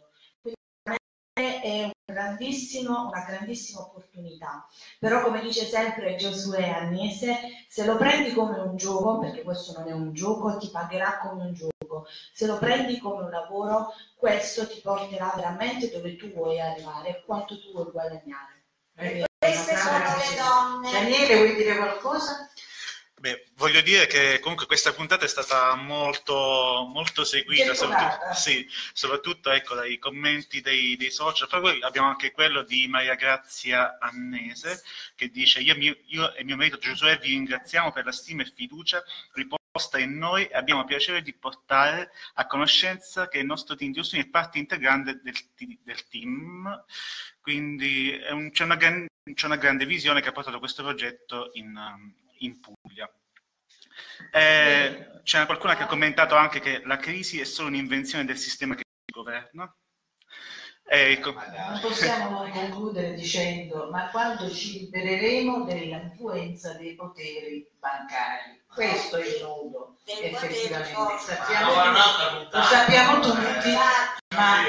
È una grandissima opportunità, però come dice sempre Giosuè Agnese, se lo prendi come un gioco, perché questo non è un gioco, ti pagherà come un gioco, se lo prendi come un lavoro, questo ti porterà veramente dove tu vuoi arrivare, quanto tu vuoi guadagnare. Queste sono le donne. Daniele, vuoi dire qualcosa? Beh, voglio dire che comunque questa puntata è stata molto, molto seguita, soprattutto ecco, dai commenti dei social. Poi abbiamo anche quello di Maria Grazia Annese che dice: io e mio marito Giosuè vi ringraziamo per la stima e fiducia riposta in noi e abbiamo piacere di portare a conoscenza che il nostro team di Ostuni è parte integrante del team. Quindi c'è una grande visione che ha portato questo progetto in Puglia. C'è qualcuno che ha commentato anche che la crisi è solo un'invenzione del sistema che governa. Non possiamo non concludere dicendo, ma quando ci libereremo dell'influenza dei poteri bancari? Questo è il nodo, effettivamente. Lo sappiamo tutti, ma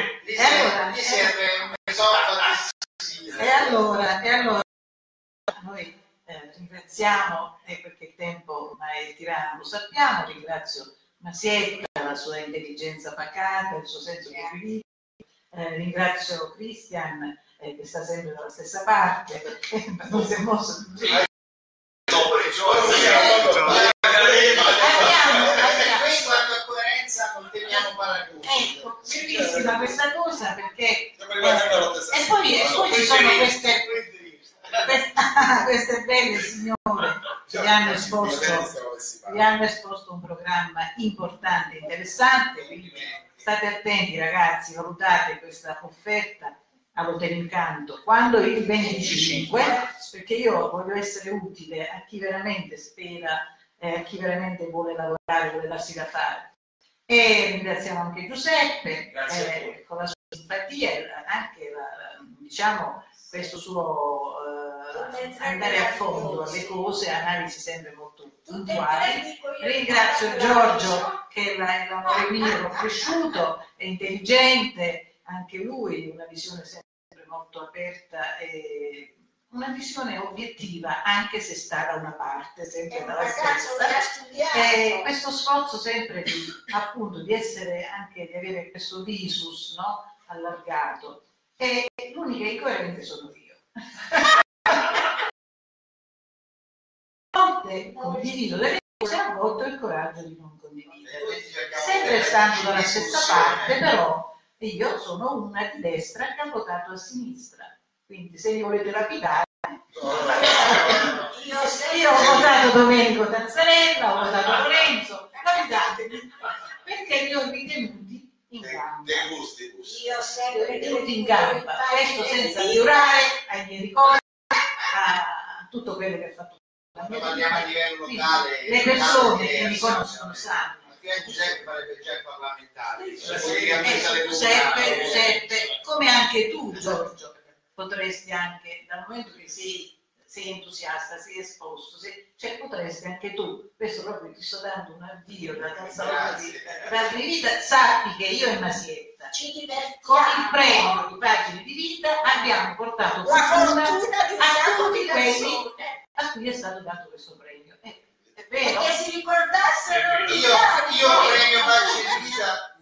e allora noi ringraziamo, perché il tempo ormai è tiranno, lo sappiamo, ringrazio Masietta, la sua intelligenza pacata, il suo senso di equilibrio. Ringrazio Christian che sta sempre dalla stessa parte perché non si è mosso. Ecco, bellissima questa cosa perché e poi ci sono queste belle signore che vi hanno esposto un programma importante, interessante, quindi state attenti ragazzi, valutate questa offerta all'Hotel Incanto quando il 25, perché io voglio essere utile a chi veramente spera, a chi veramente vuole lavorare, vuole darsi da fare. E ringraziamo anche Giuseppe con la sua simpatia, anche diciamo questo suo andare a fondo alle cose, analisi sempre molto puntuali. Ringrazio Giorgio che è l'amore mio, l'ho cresciuto, è intelligente, anche lui, una visione sempre molto aperta e una visione obiettiva, anche se sta da una parte, sempre dalla stessa. E questo sforzo sempre appunto di essere anche, di avere questo visus, no? Allargato. E l'unica incoerente sono io. Condivido delle cose, a volte ho il coraggio di non condividere, sempre stando dalla stessa parte, però io sono una di destra che ha votato a sinistra, quindi se mi volete lapidare io ho votato Domenico Tazzarella, ho votato Lorenzo, lapidatemi perché li ho ritenuti in gamba, ritenuti in gamba, questo senza violare ai miei ricordi, a tutto quello che ha fatto la mia vita. Le persone che mi conoscono sanno. Giuseppe, come anche tu Giorgio, potresti anche, dal momento che sei entusiasta, sei esposto, cioè potresti anche tu, questo proprio ti sto dando un avvio dal salotto di vita, sappi che io e Masietta con il premio di Pagine di Vita abbiamo portato fortuna a tutti quelli a cui è stato dato questo premio. È vero? Perché si ricordassero io premio Pagine di Vita,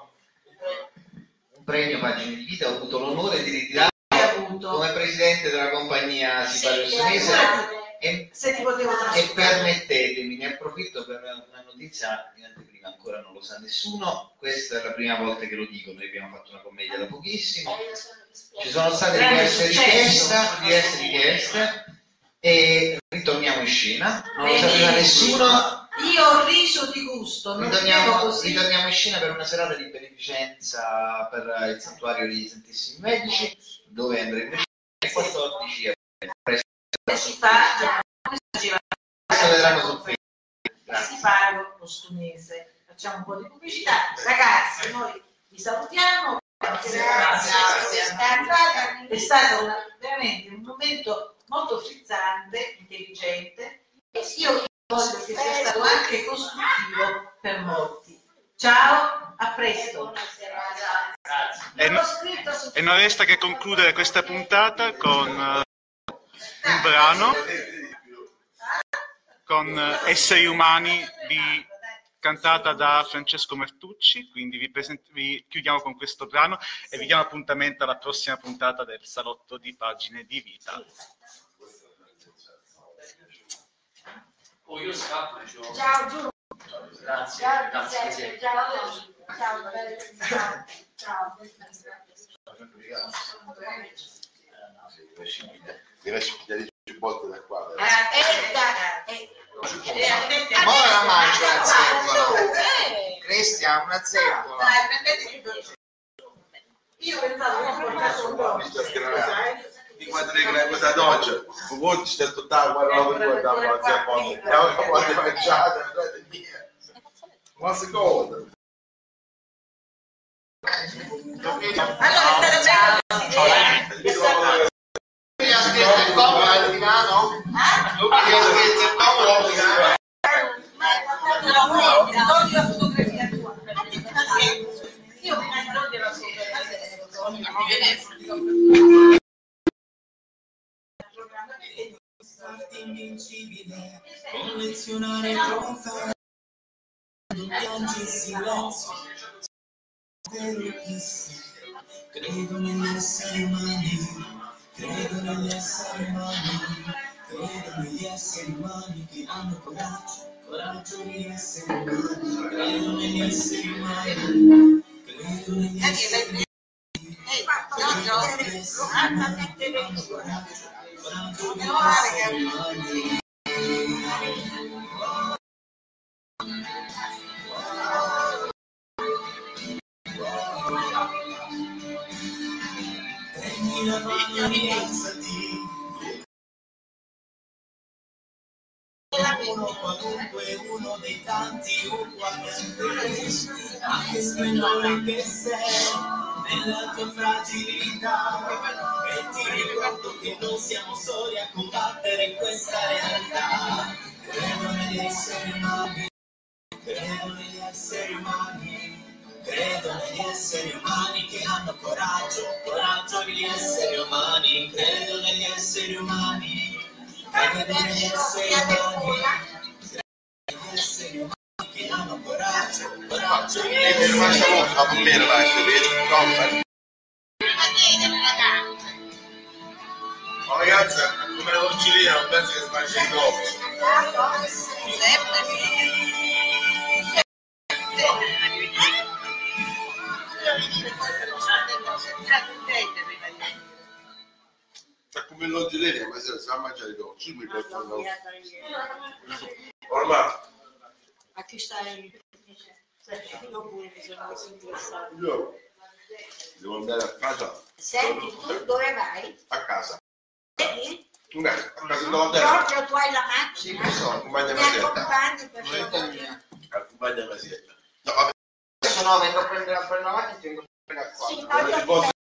un premio Pagine di Vita, ho avuto l'onore di ritirare come presidente della compagnia Sipario Senese e permettetemi, ne approfitto per una notizia in anteprima, ancora non lo sa nessuno, questa è la prima volta che lo dico, noi abbiamo fatto una commedia da pochissimo, ci sono state diverse richieste e ritorniamo in scena, non lo sapeva nessuno. Io ho riso di gusto, ritorniamo in scena per una serata di beneficenza per il santuario degli Santissimi Medici, dove andremo in scena il 14 aprile. Si fa, vedranno sul si fa postumese, facciamo un po' di pubblicità. Ragazzi, noi vi salutiamo. È stato veramente un momento molto frizzante, intelligente e io voglio che sia stato anche costruttivo per molti. Ciao, a presto. E non resta che concludere questa puntata con un brano, con Esseri Umani cantata da Francesco Mertucci, quindi vi chiudiamo con questo brano e vi diamo appuntamento alla prossima puntata del Salotto di Pagine di Vita. Oh, io scappo, Ciao Giù. Grazie. Ciao, Grazie. Ciao. Deve pigliare più volte da qua. Ora la mangio la zeppola. Cristian, una zeppola. Io pensavo che portasse un po'. Di quando le cose ad oggi, un po' di certo tavolo, guarda la volte, la volte mangiata, ma secondo. Allora, vedo che se no togli la fotografia tua. Io mi togli la fotografia. Invincibile, collezionare trofei, non piangi in silenzio, vero che sì, credo negli esseri umani, credo negli esseri umani, credo negli esseri umani che hanno coraggio di essere umani, credo negli esseri umani, credo negli esseri umani. Prendi la mano e rialzati, uno qualunque, uno dei tanti uguali a te, anche splendore che sei nella tua fragilità, e ti ricordo che non siamo soli a combattere questa realtà. Credo negli esseri umani, credo negli esseri umani, credo negli esseri umani che hanno coraggio di esseri umani, credo negli esseri umani, credo negli esseri umani, negli esseri umani che hanno coraggio di essere umani. Ma ragazzi, come la dolcina, non penso che sbagli il dopo. È come l'oggi ma se sa mangiare i dolci, mi piacciono. Ormai. A chi stai? Io pure mi sono così interessato. Io devo andare a casa. Senti, tu dove vai? A casa. Vedi? A casa devo andare. Giorgio, tu hai la macchina? Sì, so, accompagna Mi Masietta. accompagni per favore? Accompagna Masietta. No, vabbè. adesso no, vengo a prendere la macchina e vengo a prendere qua. Sì, no, io